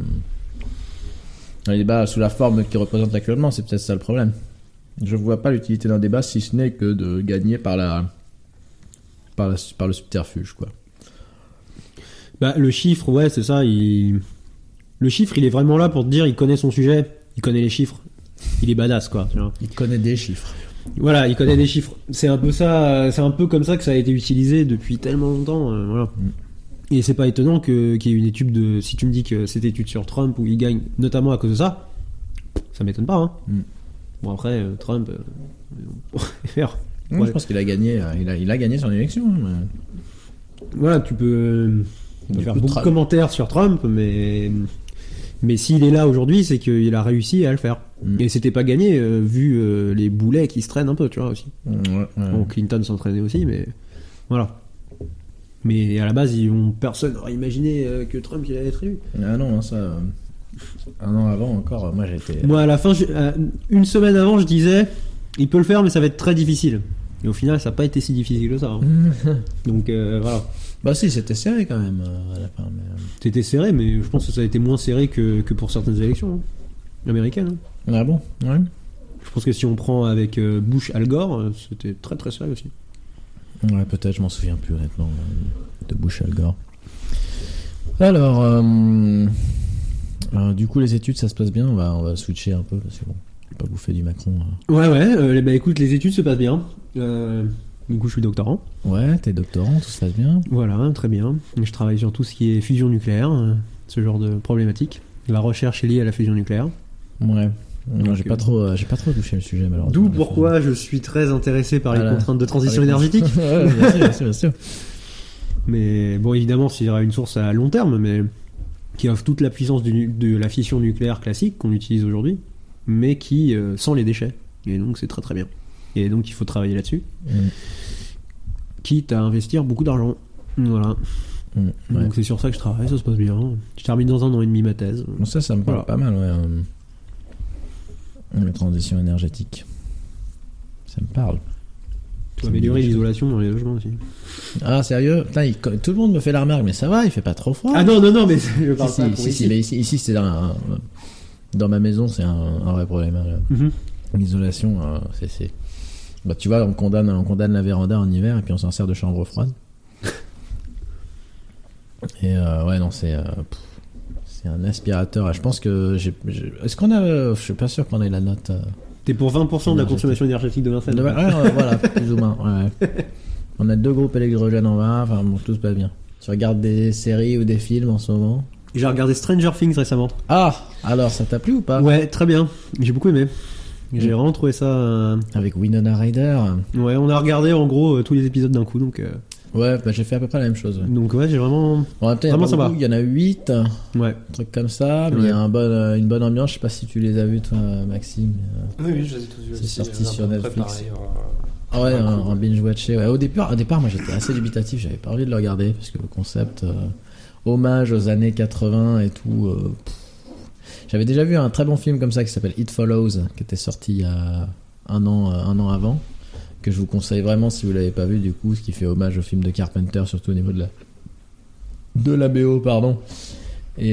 Dans les débats sous la forme qu'ils représentent actuellement, c'est peut-être ça le problème. Je vois pas l'utilité d'un débat si ce n'est que de gagner par le subterfuge, quoi. Le chiffre, ouais, c'est ça. Le chiffre, il est vraiment là pour te dire, il connaît son sujet, il connaît les chiffres, il est badass, quoi. Tu vois. Il connaît des chiffres. Voilà, il connaît des chiffres. C'est un peu ça, c'est un peu comme ça que ça a été utilisé depuis tellement longtemps. Voilà. Et c'est pas étonnant qu'il y ait une étude de. Si tu me dis que cette étude sur Trump où il gagne notamment à cause de ça, ça m'étonne pas. Hein. Bon après Trump, on pourrait faire. Ouais. Je pense qu'il a gagné. Il a gagné son élection. Mais... Voilà, tu peux faire beaucoup de commentaires sur Trump, mais s'il est là aujourd'hui, c'est qu'il a réussi à le faire. Et c'était pas gagné vu les boulets qui se traînent un peu, tu vois aussi. Bon, Clinton s'entraînait aussi, mais voilà. Mais à la base, personne n'aurait imaginé que Trump il allait être élu. Ah non, ça. Un an avant encore, moi j'étais. Moi à la fin, une semaine avant, je disais, il peut le faire, mais ça va être très difficile. Et au final, ça n'a pas été si difficile que ça. Hein. Donc voilà. Bah si, c'était serré quand même à la fin. Mais... C'était serré, mais je pense que ça a été moins serré que pour certaines élections américaines. Hein. Ah bon? Ouais. Je pense que si on prend avec Bush, Al Gore, c'était très très serré aussi. Ouais, peut-être, je m'en souviens plus honnêtement de Bush, Al Gore. Alors, du coup, les études, ça se passe bien. On va switcher un peu parce que bon, je vais pas bouffer du Macron. Ouais. Bah écoute, les études se passent bien. Du coup, je suis doctorant. Ouais, t'es doctorant, tout se passe bien. Voilà, très bien. Je travaille sur tout ce qui est fusion nucléaire, ce genre de problématique. La recherche est liée à la fusion nucléaire. Ouais. Non, j'ai pas trop touché le sujet malheureusement. D'où pourquoi je suis très intéressé par les contraintes de transition énergétique. Ouais, bien sûr. Mais bon, évidemment, s'il y aura une source à long terme, mais qui offre toute la puissance de la fission nucléaire classique qu'on utilise aujourd'hui, mais qui sans les déchets. Et donc c'est très très bien. Et donc il faut travailler là-dessus. Quitte à investir beaucoup d'argent. Voilà. Donc c'est sur ça que je travaille, ça se passe bien. Je termine dans 1 an et demi ma thèse. Bon, ça me parle pas mal, ouais. La transition énergétique. Ça me parle. Tu vas améliorer l'isolation dans les logements aussi. Ah, sérieux? Putain, tout le monde me fait la remarque, mais ça va, il fait pas trop froid. Ah non, mais je parle pas pour ici. Mais ici c'est dans ma maison, c'est un vrai problème. L'isolation, c'est... Bah, tu vois, on condamne la véranda en hiver et puis on s'en sert de chambre froide. Et ouais, non, c'est un aspirateur. Je pense que est-ce qu'on a... Je suis pas sûr qu'on ait la note... T'es pour 20% de la consommation énergétique de Vincennes. Ouais, voilà, plus ou moins. Ouais. On a 2 groupes électrogènes en bas, enfin bon, tout se passe bien. Tu regardes des séries ou des films en ce moment? J'ai regardé Stranger Things récemment. Ah, alors ça t'a plu ou pas? Ouais, très bien. J'ai beaucoup aimé. J'ai vraiment trouvé ça... Avec Winona Ryder. Ouais, on a regardé en gros tous les épisodes d'un coup, donc... Ouais, bah j'ai fait à peu près la même chose. Ouais. Donc ouais, j'ai vraiment... Bon, vraiment ça va. Il y en a 8, ouais. Un truc comme ça, mais il y a une bonne ambiance. Je sais pas si tu les as vus toi, Maxime. Oui, je les ai tous vus. C'est sorti sur Netflix. Ah ouais, en binge-watché. Ouais. Au départ, moi j'étais assez dubitatif, j'avais pas envie de le regarder, parce que le concept, hommage aux années 80 et tout... J'avais déjà vu un très bon film comme ça qui s'appelle It Follows, qui était sorti il y a un an avant, que je vous conseille vraiment si vous l'avez pas vu, du coup, ce qui fait hommage au film de Carpenter, surtout au niveau de la BO, pardon. Et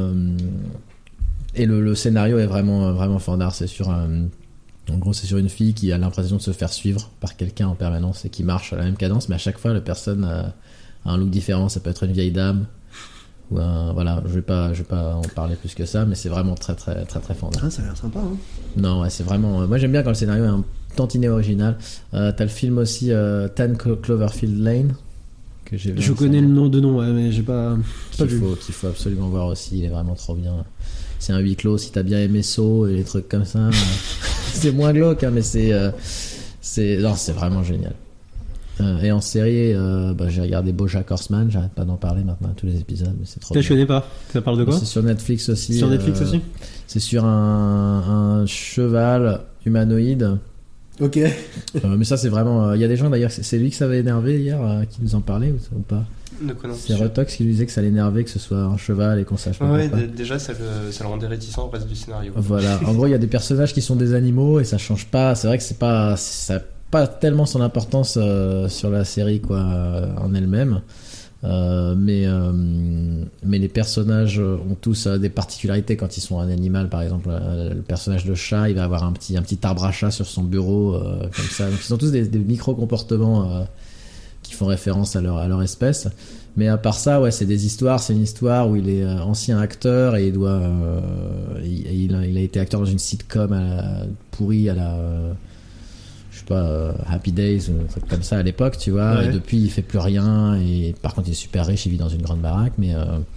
le scénario est vraiment fandard. C'est en gros, c'est sur une fille qui a l'impression de se faire suivre par quelqu'un en permanence et qui marche à la même cadence, mais à chaque fois, la personne a un look différent. Ça peut être une vieille dame. Voilà, je vais pas en parler plus que ça, mais c'est vraiment très très très très fandard. Ah, ça a l'air sympa, hein. Non, ouais, c'est vraiment... Moi j'aime bien quand le scénario est un tantinet original. T'as le film aussi 10 Cloverfield Lane, que j'ai vu. Je connais le nom de nom, ouais, mais j'ai pas vu. Qu'il faut absolument voir aussi, il est vraiment trop bien. C'est un huis clos, si t'as bien aimé Saw et les trucs comme ça. C'est moins glauque, hein, mais c'est vraiment génial. Et en série, j'ai regardé BoJack Horseman, j'arrête pas d'en parler maintenant à tous les épisodes, mais c'est trop bien. Je connais pas. Ça parle de quoi? C'est sur Netflix aussi. Sur Netflix aussi. C'est sur un cheval humanoïde. Ok. Mais ça c'est vraiment... Il y a des gens d'ailleurs, c'est lui que ça avait énervé hier, qui nous en parlait ou pas? C'est Retox qui lui disait que ça l'énervait que ce soit un cheval et qu'on sache pas. Ouais, déjà ça le rendait réticent au reste du scénario. Voilà, en gros il y a des personnages qui sont des animaux et ça change pas. C'est vrai que ça pas tellement son importance sur la série quoi en elle-même, mais les personnages ont tous des particularités quand ils sont un animal. Par exemple, le personnage de chat, il va avoir un petit arbre à chat sur son bureau comme ça. Donc ils ont tous des micro comportements qui font référence à leur espèce. Mais à part ça, ouais, c'est des histoires. C'est une histoire où il est ancien acteur et il a été acteur dans une sitcom pourrie à la sais pas, Happy Days ou un truc comme ça à l'époque, tu vois. Ouais. Et depuis, il fait plus rien. Et par contre, il est super riche, il vit dans une grande baraque, mais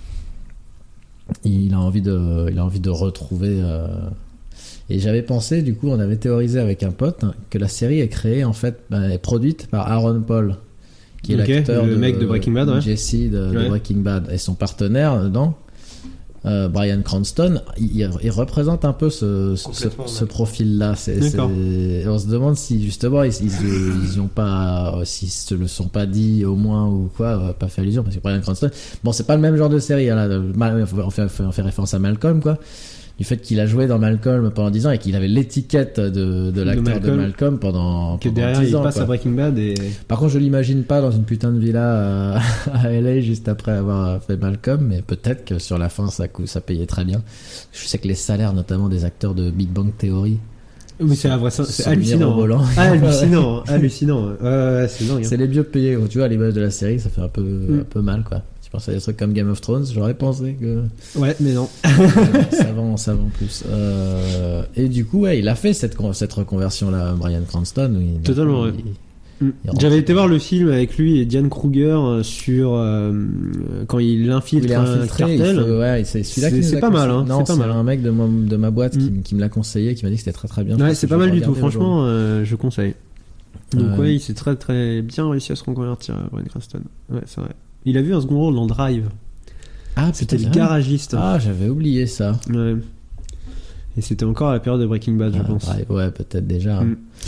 il a envie de retrouver. Et j'avais pensé, du coup, on avait théorisé avec un pote que la série est créée, en fait, est produite par Aaron Paul, qui est l'acteur le mec de Breaking Bad, ouais. Jesse de Breaking Bad, et son partenaire dedans. Bryan Cranston, il représente un peu ce profil-là. D'accord. On se demande si justement ils ont pas, s'ils se le sont pas dit au moins ou quoi, pas fait allusion, parce que Bryan Cranston, bon, c'est pas le même genre de série. Là, on fait référence à Malcolm, quoi. Du fait qu'il a joué dans Malcolm pendant 10 ans et qu'il avait l'étiquette de l'acteur de Malcolm pendant que derrière 10 ans, il passe quoi. à Breaking Bad et Par contre, je l'imagine pas dans une putain de villa à LA juste après avoir fait Malcolm, mais peut-être que sur la fin ça payait très bien. Je sais que les salaires, notamment des acteurs de Big Bang Theory, oui, c'est hallucinant. Hallucinant. C'est dingue. C'est les mieux payés. Tu vois, à l'image de la série, ça fait un peu mal, quoi. Tu penses à des trucs comme Game of Thrones, j'aurais pensé que. Ouais, mais non. ça vend plus. Et du coup, ouais, il a fait cette reconversion-là, Bryan Cranston. Totalement, ouais. J'avais été voir le film avec lui et Diane Kruger sur quand il infiltre un cartel. C'est celui-là c'est pas mal, hein. Non, c'est pas mal. Un mec de ma boîte qui me l'a conseillé, qui m'a dit que c'était très très bien. Ouais, c'est pas mal du tout, franchement, je conseille. Donc ouais, il s'est très très bien réussi à se reconvertir, Bryan Cranston. Ouais, c'est vrai. Il a vu un second rôle dans Drive. Ah, c'était le garagiste. Ah, j'avais oublié ça. Ouais. Et c'était encore à la période de Breaking Bad, je pense. Drive, ouais, peut-être déjà.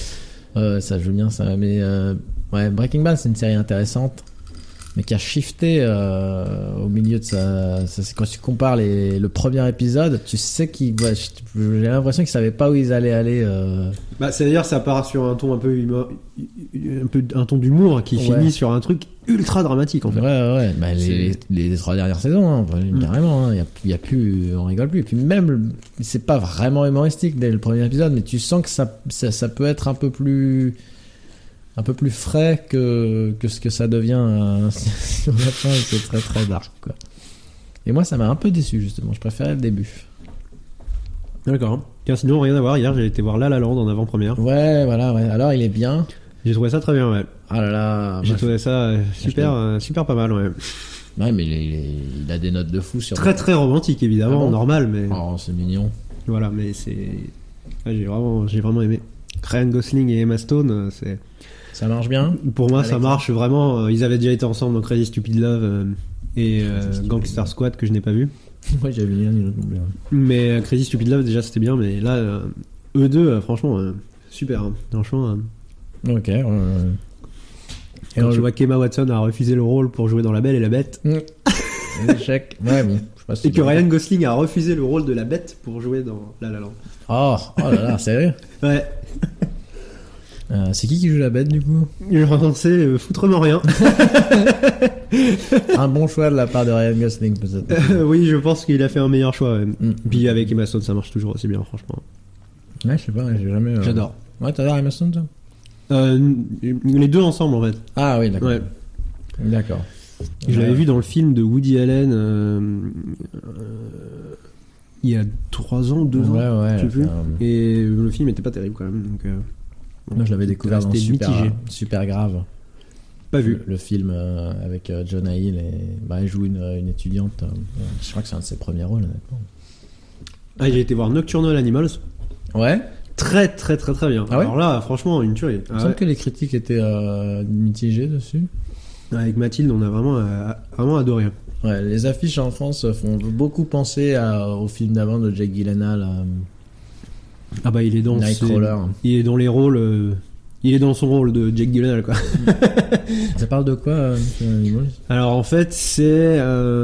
Ça joue bien, ça. Mais ouais, Breaking Bad, c'est une série intéressante, mais qui a shifté au milieu de sa. Quand tu compares le premier épisode, tu sais j'ai l'impression qu'ils savaient pas où ils allaient aller. C'est-à-dire, ça part sur un ton un peu un ton d'humour qui finit sur un truc ultra dramatique, en fait. Ouais. Bah, les 3 dernières saisons, hein, carrément. Il y a plus, on rigole plus. Et puis même, c'est pas vraiment humoristique dès le premier épisode, mais tu sens que ça peut être un peu plus frais que ce que ça devient sur la fin. C'est très très dark, quoi. Et moi, ça m'a un peu déçu, justement. Je préférais le début. D'accord. Car sinon, rien à voir. Hier, j'ai été voir La La Land en avant-première. Ouais, voilà. Ouais. Alors, il est bien. J'ai trouvé ça très bien, ouais. Ah là là. J'ai trouvé ça super pas mal, ouais. Ouais, mais il a des notes de fou sur. Très très romantique, évidemment, normal, mais. Oh, c'est mignon. Voilà, mais c'est. Ouais, j'ai vraiment aimé. Ryan Gosling et Emma Stone, c'est. Ça marche bien. Pour moi, ça marche vraiment. Ils avaient déjà été ensemble dans Crazy Stupid Love et Gangster Squad que je n'ai pas vu. Ouais, j'avais ni l'un ni l'autre non plus. Mais Crazy Stupid Love déjà c'était bien, mais là eux deux, franchement, super. Hein. Franchement. Ok. Et quand tu vois qu'Emma Watson a refusé le rôle pour jouer dans La Belle et la Bête. Échec. Ouais, bon. Je sais pas si et que Ryan Gosling a refusé le rôle de la Bête pour jouer dans La La Land. Oh là là, sérieux? Ouais. C'est qui joue la Bête, du coup? J'en sais foutrement rien. Un bon choix de la part de Ryan Gosling, peut-être. Oui, je pense qu'il a fait un meilleur choix. Ouais. Puis avec Emma Stone, ça marche toujours aussi bien, franchement. Ouais, je sais pas, j'ai jamais. J'adore. Ouais, t'adores Emma Stone, toi? Les deux ensemble, en fait. Ah oui, d'accord. Ouais. D'accord. Je l'avais vu dans le film de Woody Allen il y a 3 ans, 2 ans, ouais, je sais plus. Et le film était pas terrible quand même. Donc, moi, je l'avais découvert dans Super Grave. Pas vu. Le film avec Jonah Hill et il joue une étudiante. Je crois que c'est un de ses premiers rôles, honnêtement. Ah, j'ai été voir Nocturnal Animals. Ouais. Très très très très bien. Ah ouais. Alors là, franchement, une tuerie. Il me semble que les critiques étaient mitigées dessus. Avec Mathilde, on a vraiment adoré. Ouais, les affiches en France font beaucoup penser au film d'avant de Jake Gyllenhaal. Ah bah il est dans Nightcrawler. Il est dans les rôles. Il est dans son rôle de Jake Gyllenhaal, quoi. Ça parle de quoi, Alors en fait, c'est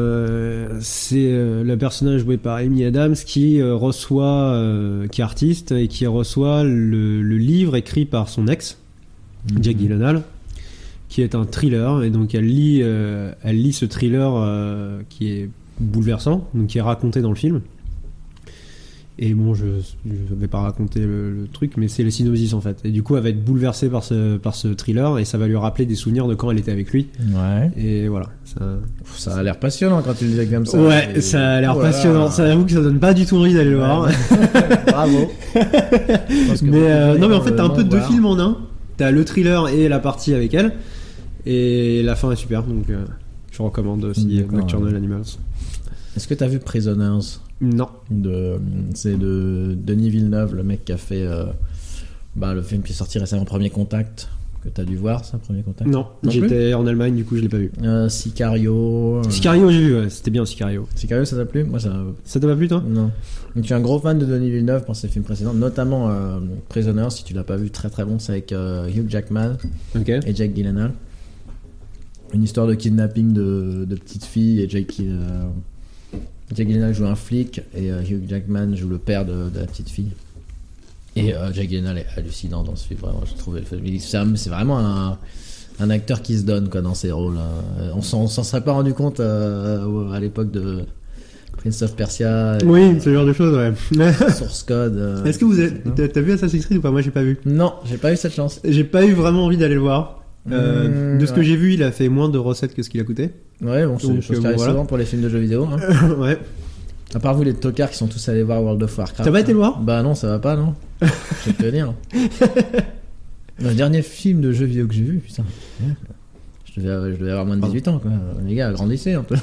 le personnage joué par Amy Adams qui est artiste et qui reçoit le livre écrit par son ex, Jake Gyllenhaal, qui est un thriller, et donc elle lit ce thriller qui est bouleversant, donc qui est raconté dans le film. Et bon, je vais pas raconter le truc, mais c'est le synopsis en fait. Et du coup, elle va être bouleversée par ce thriller, et ça va lui rappeler des souvenirs de quand elle était avec lui. Ouais. Et voilà. Ça a l'air passionnant quand tu le dis comme ça. Ouais, ça a l'air passionnant. Ça avoue que ça donne pas du tout envie d'aller le voir. Bravo. Mais non, mais en fait, t'as un peu deux films en un. t'as le thriller et la partie avec elle, et la fin est super, donc je recommande aussi Nocturnal Animals. Est-ce que t'as vu Prisoners? Non. C'est de Denis Villeneuve, le mec qui a fait le film qui est sorti récemment, Premier Contact, que t'as dû voir, ça, Premier Contact? Non, j'étais en Allemagne, du coup je l'ai pas vu. Sicario. Sicario, j'ai vu, ouais, c'était bien Sicario. Sicario, ça t'a plu? Moi, ça t'a pas plu, toi? Non. Donc, je suis un gros fan de Denis Villeneuve pour ses films précédents, notamment Prisoners, si tu l'as pas vu, très très bon, c'est avec Hugh Jackman et Jake Gyllenhaal. Une histoire de kidnapping de petites filles, et Jake Gyllenhaal joue un flic et Hugh Jackman joue le père de la petite fille. Et Jake Gyllenhaal est hallucinant dans ce film, vraiment, je trouvais. C'est vraiment un acteur qui se donne quoi, dans ses rôles. On s'en serait pas rendu compte à l'époque de Prince of Persia. Oui, ce genre de choses, ouais. Source Code. Est-ce que t'as vu Assassin's Creed ou pas? Moi j'ai pas vu. Non, j'ai pas eu cette chance. J'ai pas eu vraiment envie d'aller le voir. De ce que j'ai vu, il a fait moins de recettes que ce qu'il a coûté. Ouais, bon, c'est une chose qui arrive souvent pour les films de jeux vidéo. Hein. Ouais. À part vous, les tocards qui sont tous allés voir World of Warcraft. T'as pas été le voir? Bah non, ça va pas, non. Je vais te le dire. Le dernier film de jeux vidéo que j'ai vu, putain. Je devais avoir moins de 18 ans, quoi. Les gars, grandissez un peu.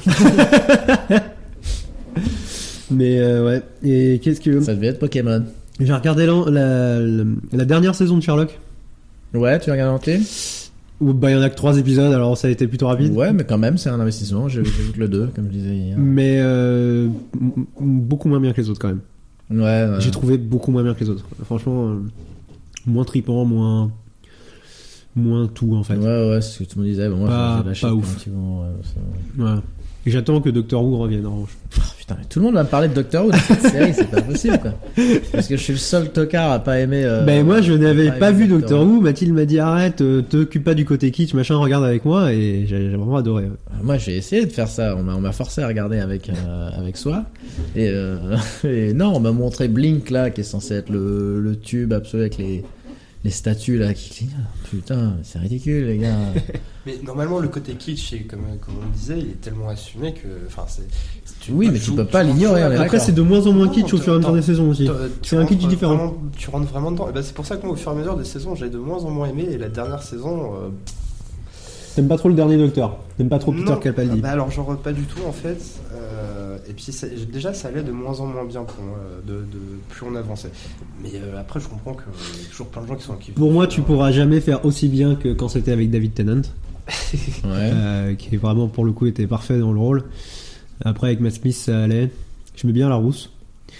Mais ouais. Et qu'est-ce que. Ça devait être Pokémon. J'ai regardé la dernière saison de Sherlock. Ouais, tu as regardé entier? Bah, il y en a que 3 épisodes, alors ça a été plutôt rapide. Ouais, mais quand même, c'est un investissement. J'ai vu que le 2, comme je disais hier. Mais beaucoup moins bien que les autres, quand même. Ouais. J'ai trouvé beaucoup moins bien que les autres. Franchement, moins tripant, moins tout, en fait. Ouais, c'est ce que tout le monde disait. Bon, moi, j'ai lâché pas ouf. Ouais. Et j'attends que Doctor Who revienne, en revanche. Oh, putain, mais tout le monde va me parler de Doctor Who dans cette série, c'est pas possible, quoi. Parce que je suis le seul tocard à pas aimer. Ben moi, je n'avais pas vu Doctor Who. Mathilde m'a dit arrête, t'occupe pas du côté kitsch, machin, regarde avec moi, et j'ai vraiment adoré. Moi, j'ai essayé de faire ça. On m'a forcé à regarder avec soi. Et non, on m'a montré Blink là, qui est censé être le tube absolu avec les statues là qui clignotent. Putain, c'est ridicule, les gars. Mais normalement, le côté kitsch, comme on disait, il est tellement assumé que. Enfin, oui, mais tu peux pas l'ignorer. Après, c'est de moins en moins kitsch au fur et à mesure des saisons aussi. C'est un kitsch différent. Tu rentres vraiment dedans. Et ben, c'est pour ça que moi, au fur et à mesure des saisons, j'ai de moins en moins aimé. Et la dernière saison. T'aimes pas trop le dernier Docteur? T'aimes pas trop Peter Capaldi? Bah alors, genre, pas du tout en fait. Et puis déjà, ça allait de moins en moins bien pour moi, plus on avançait. Mais après, je comprends qu'il y a toujours plein de gens qui sont kiffés. Pour moi, tu pourras jamais faire aussi bien que quand c'était avec David Tennant. Ouais. Qui vraiment, pour le coup, était parfait dans le rôle. Après, avec Matt Smith, ça allait. Je mets bien la rousse.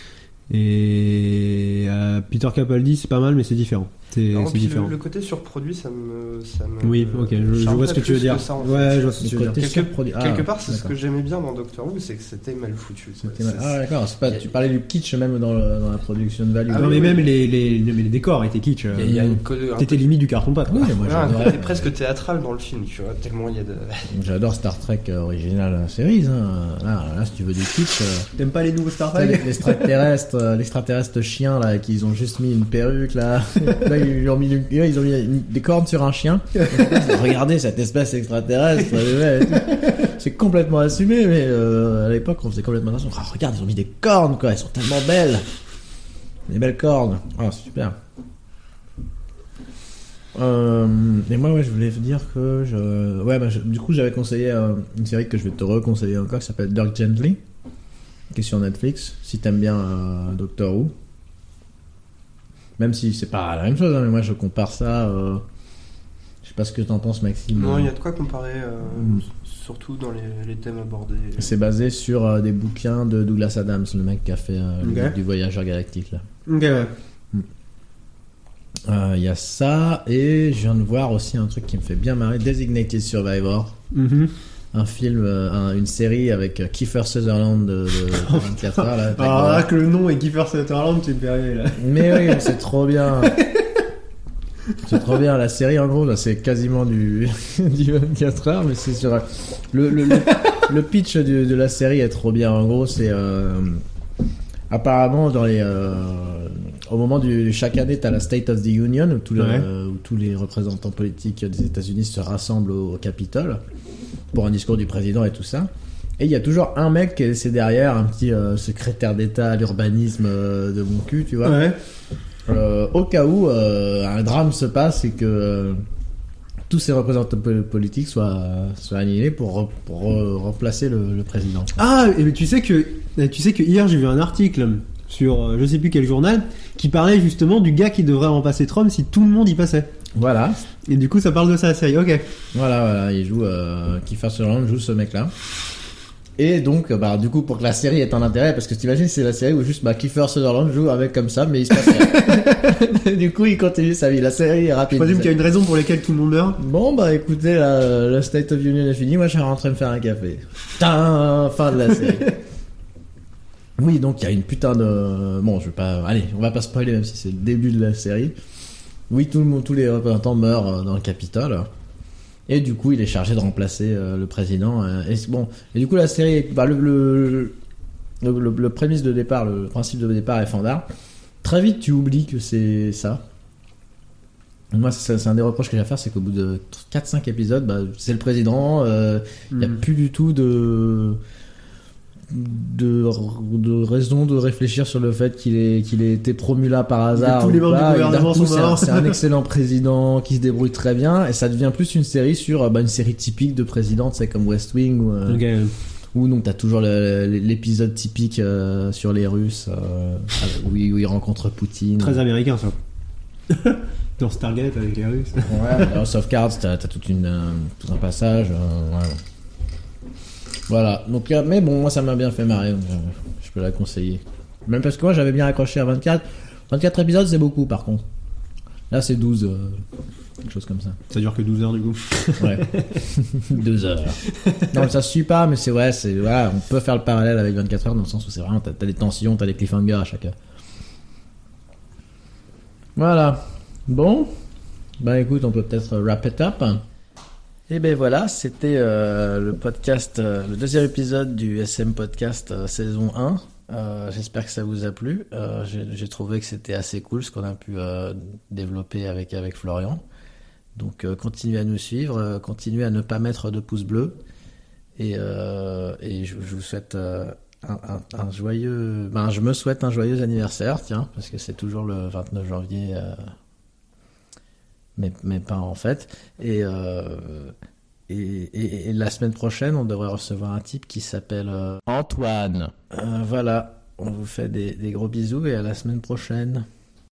Et Peter Capaldi, c'est pas mal, mais c'est différent. C'est différent. Le côté surproduit, ça me oui, ok, je vois ce que tu veux dire. Ouais, je vois ce que tu veux dire. Quelque part, c'est ce que j'aimais bien dans Doctor Who, c'est que c'était mal foutu. Ah, d'accord. Tu parlais du kitsch même dans la production de value. Non, mais même les décors étaient kitsch. T'étais limite du carton-pâte. Oui, moi j'adorais. Presque théâtral dans le film, tu vois, tellement il y a de. J'adore Star Trek original series. Là, si tu veux du kitsch. T'aimes pas les nouveaux Star Trek? L'extraterrestre chien là, qu'ils ont juste mis une perruque là. Ils ont mis des cornes sur un chien. Regardez cette espèce extraterrestre. C'est complètement assumé, mais à l'époque on faisait complètement attention. Oh, regarde, ils ont mis des cornes quoi, elles sont tellement belles. Des belles cornes. Oh, c'est super. Et moi, je voulais dire que du coup, j'avais conseillé une série que je vais te reconseiller encore qui s'appelle Dirk Gently, qui est sur Netflix. Si t'aimes bien Doctor Who. Même si c'est pas la même chose, hein, mais moi je compare ça. Je sais pas ce que t'en penses, Maxime. Non, il y a de quoi comparer, surtout dans les thèmes abordés. C'est basé sur des bouquins de Douglas Adams, le mec qui a fait du Voyageur Galactique là. Ok, ouais. Il y a ça, et je viens de voir aussi un truc qui me fait bien marrer, Designated Survivor. Un film, une série avec Kiefer Sutherland de 24 heures là. Alors là que le nom est Kiefer Sutherland, tu me fais rire là. Mais oui, c'est trop bien. C'est trop bien. La série en gros, là, c'est quasiment du 24 heures, mais c'est sur le pitch de la série est trop bien. En gros, c'est apparemment au moment du chaque année, t'as la State of the Union où tous les représentants politiques des États-Unis se rassemblent au Capitole pour un discours du président et tout ça. Et il y a toujours un mec qui est laissé derrière, un petit secrétaire d'État à l'urbanisme de mon cul, tu vois. Ouais. au cas où un drame se passe et que tous ces représentants politiques soient annihilés pour remplacer le président. Ah, et tu sais que hier j'ai vu un article sur je sais plus quel journal qui parlait justement du gars qui devrait remplacer Trump si tout le monde y passait. Voilà. Et du coup ça parle de ça la série. Ok. Voilà, il joue Kiefer Sutherland joue ce mec-là. Et donc, du coup, pour que la série ait un intérêt, parce que t'imagines, c'est la série où juste Kiefer Sutherland joue avec comme ça, mais il se passe rien. Du coup, il continue sa vie. La série est rapide. Je présume qu'il y a une raison pour laquelle tout le monde meurt. Bon, écoutez, le State of Union est fini. Moi, je suis rentré me faire un café. Fin de la série. Oui, donc il y a une putain de... Bon, je vais pas... Allez, on va pas spoiler, même si c'est le début de la série. Oui, tous les représentants meurent dans le Capitole. Et du coup, il est chargé de remplacer le président. Et du coup, la série, le prémisse de départ, le principe de départ est fandard. Très vite, tu oublies que c'est ça. Moi, c'est un des reproches que j'ai à faire, c'est qu'au bout de 4-5 épisodes, c'est le président. Il n'y a plus du tout de raison de réfléchir sur le fait qu'il ait été promu là par hasard. Tous les membres du gouvernement sont morts. C'est un excellent président qui se débrouille très bien, et ça devient plus une série sur une série typique de président, tu sais, comme West Wing où donc t'as toujours l'épisode typique sur les Russes où il rencontre Poutine. Très américain ça. Dans Stargate avec les Russes. Ouais, House of Cards, t'as tout un passage. Voilà, donc, mais bon, moi ça m'a bien fait marrer, donc je peux la conseiller. Même parce que moi j'avais bien accroché à 24. 24 épisodes, c'est beaucoup par contre. Là c'est 12, quelque chose comme ça. Ça dure que 12 heures du coup. Ouais, 2 heures. Non, ça se suit pas, mais c'est vrai, voilà, on peut faire le parallèle avec 24 heures dans le sens où c'est vraiment, t'as des tensions, t'as des cliffhangers à chaque heure. Voilà. Bon, écoute, on peut peut-être wrap it up. Et ben voilà, c'était le podcast, le deuxième épisode du SM Podcast saison 1. J'espère que ça vous a plu. J'ai trouvé que c'était assez cool ce qu'on a pu développer avec Florian. Donc continuez à nous suivre, continuez à ne pas mettre de pouces bleus. Et je vous souhaite un joyeux... je me souhaite un joyeux anniversaire, tiens, parce que c'est toujours le 29 janvier... mais pas en fait. Et la semaine prochaine, on devrait recevoir un type qui s'appelle Antoine. Voilà, on vous fait des gros bisous et à la semaine prochaine.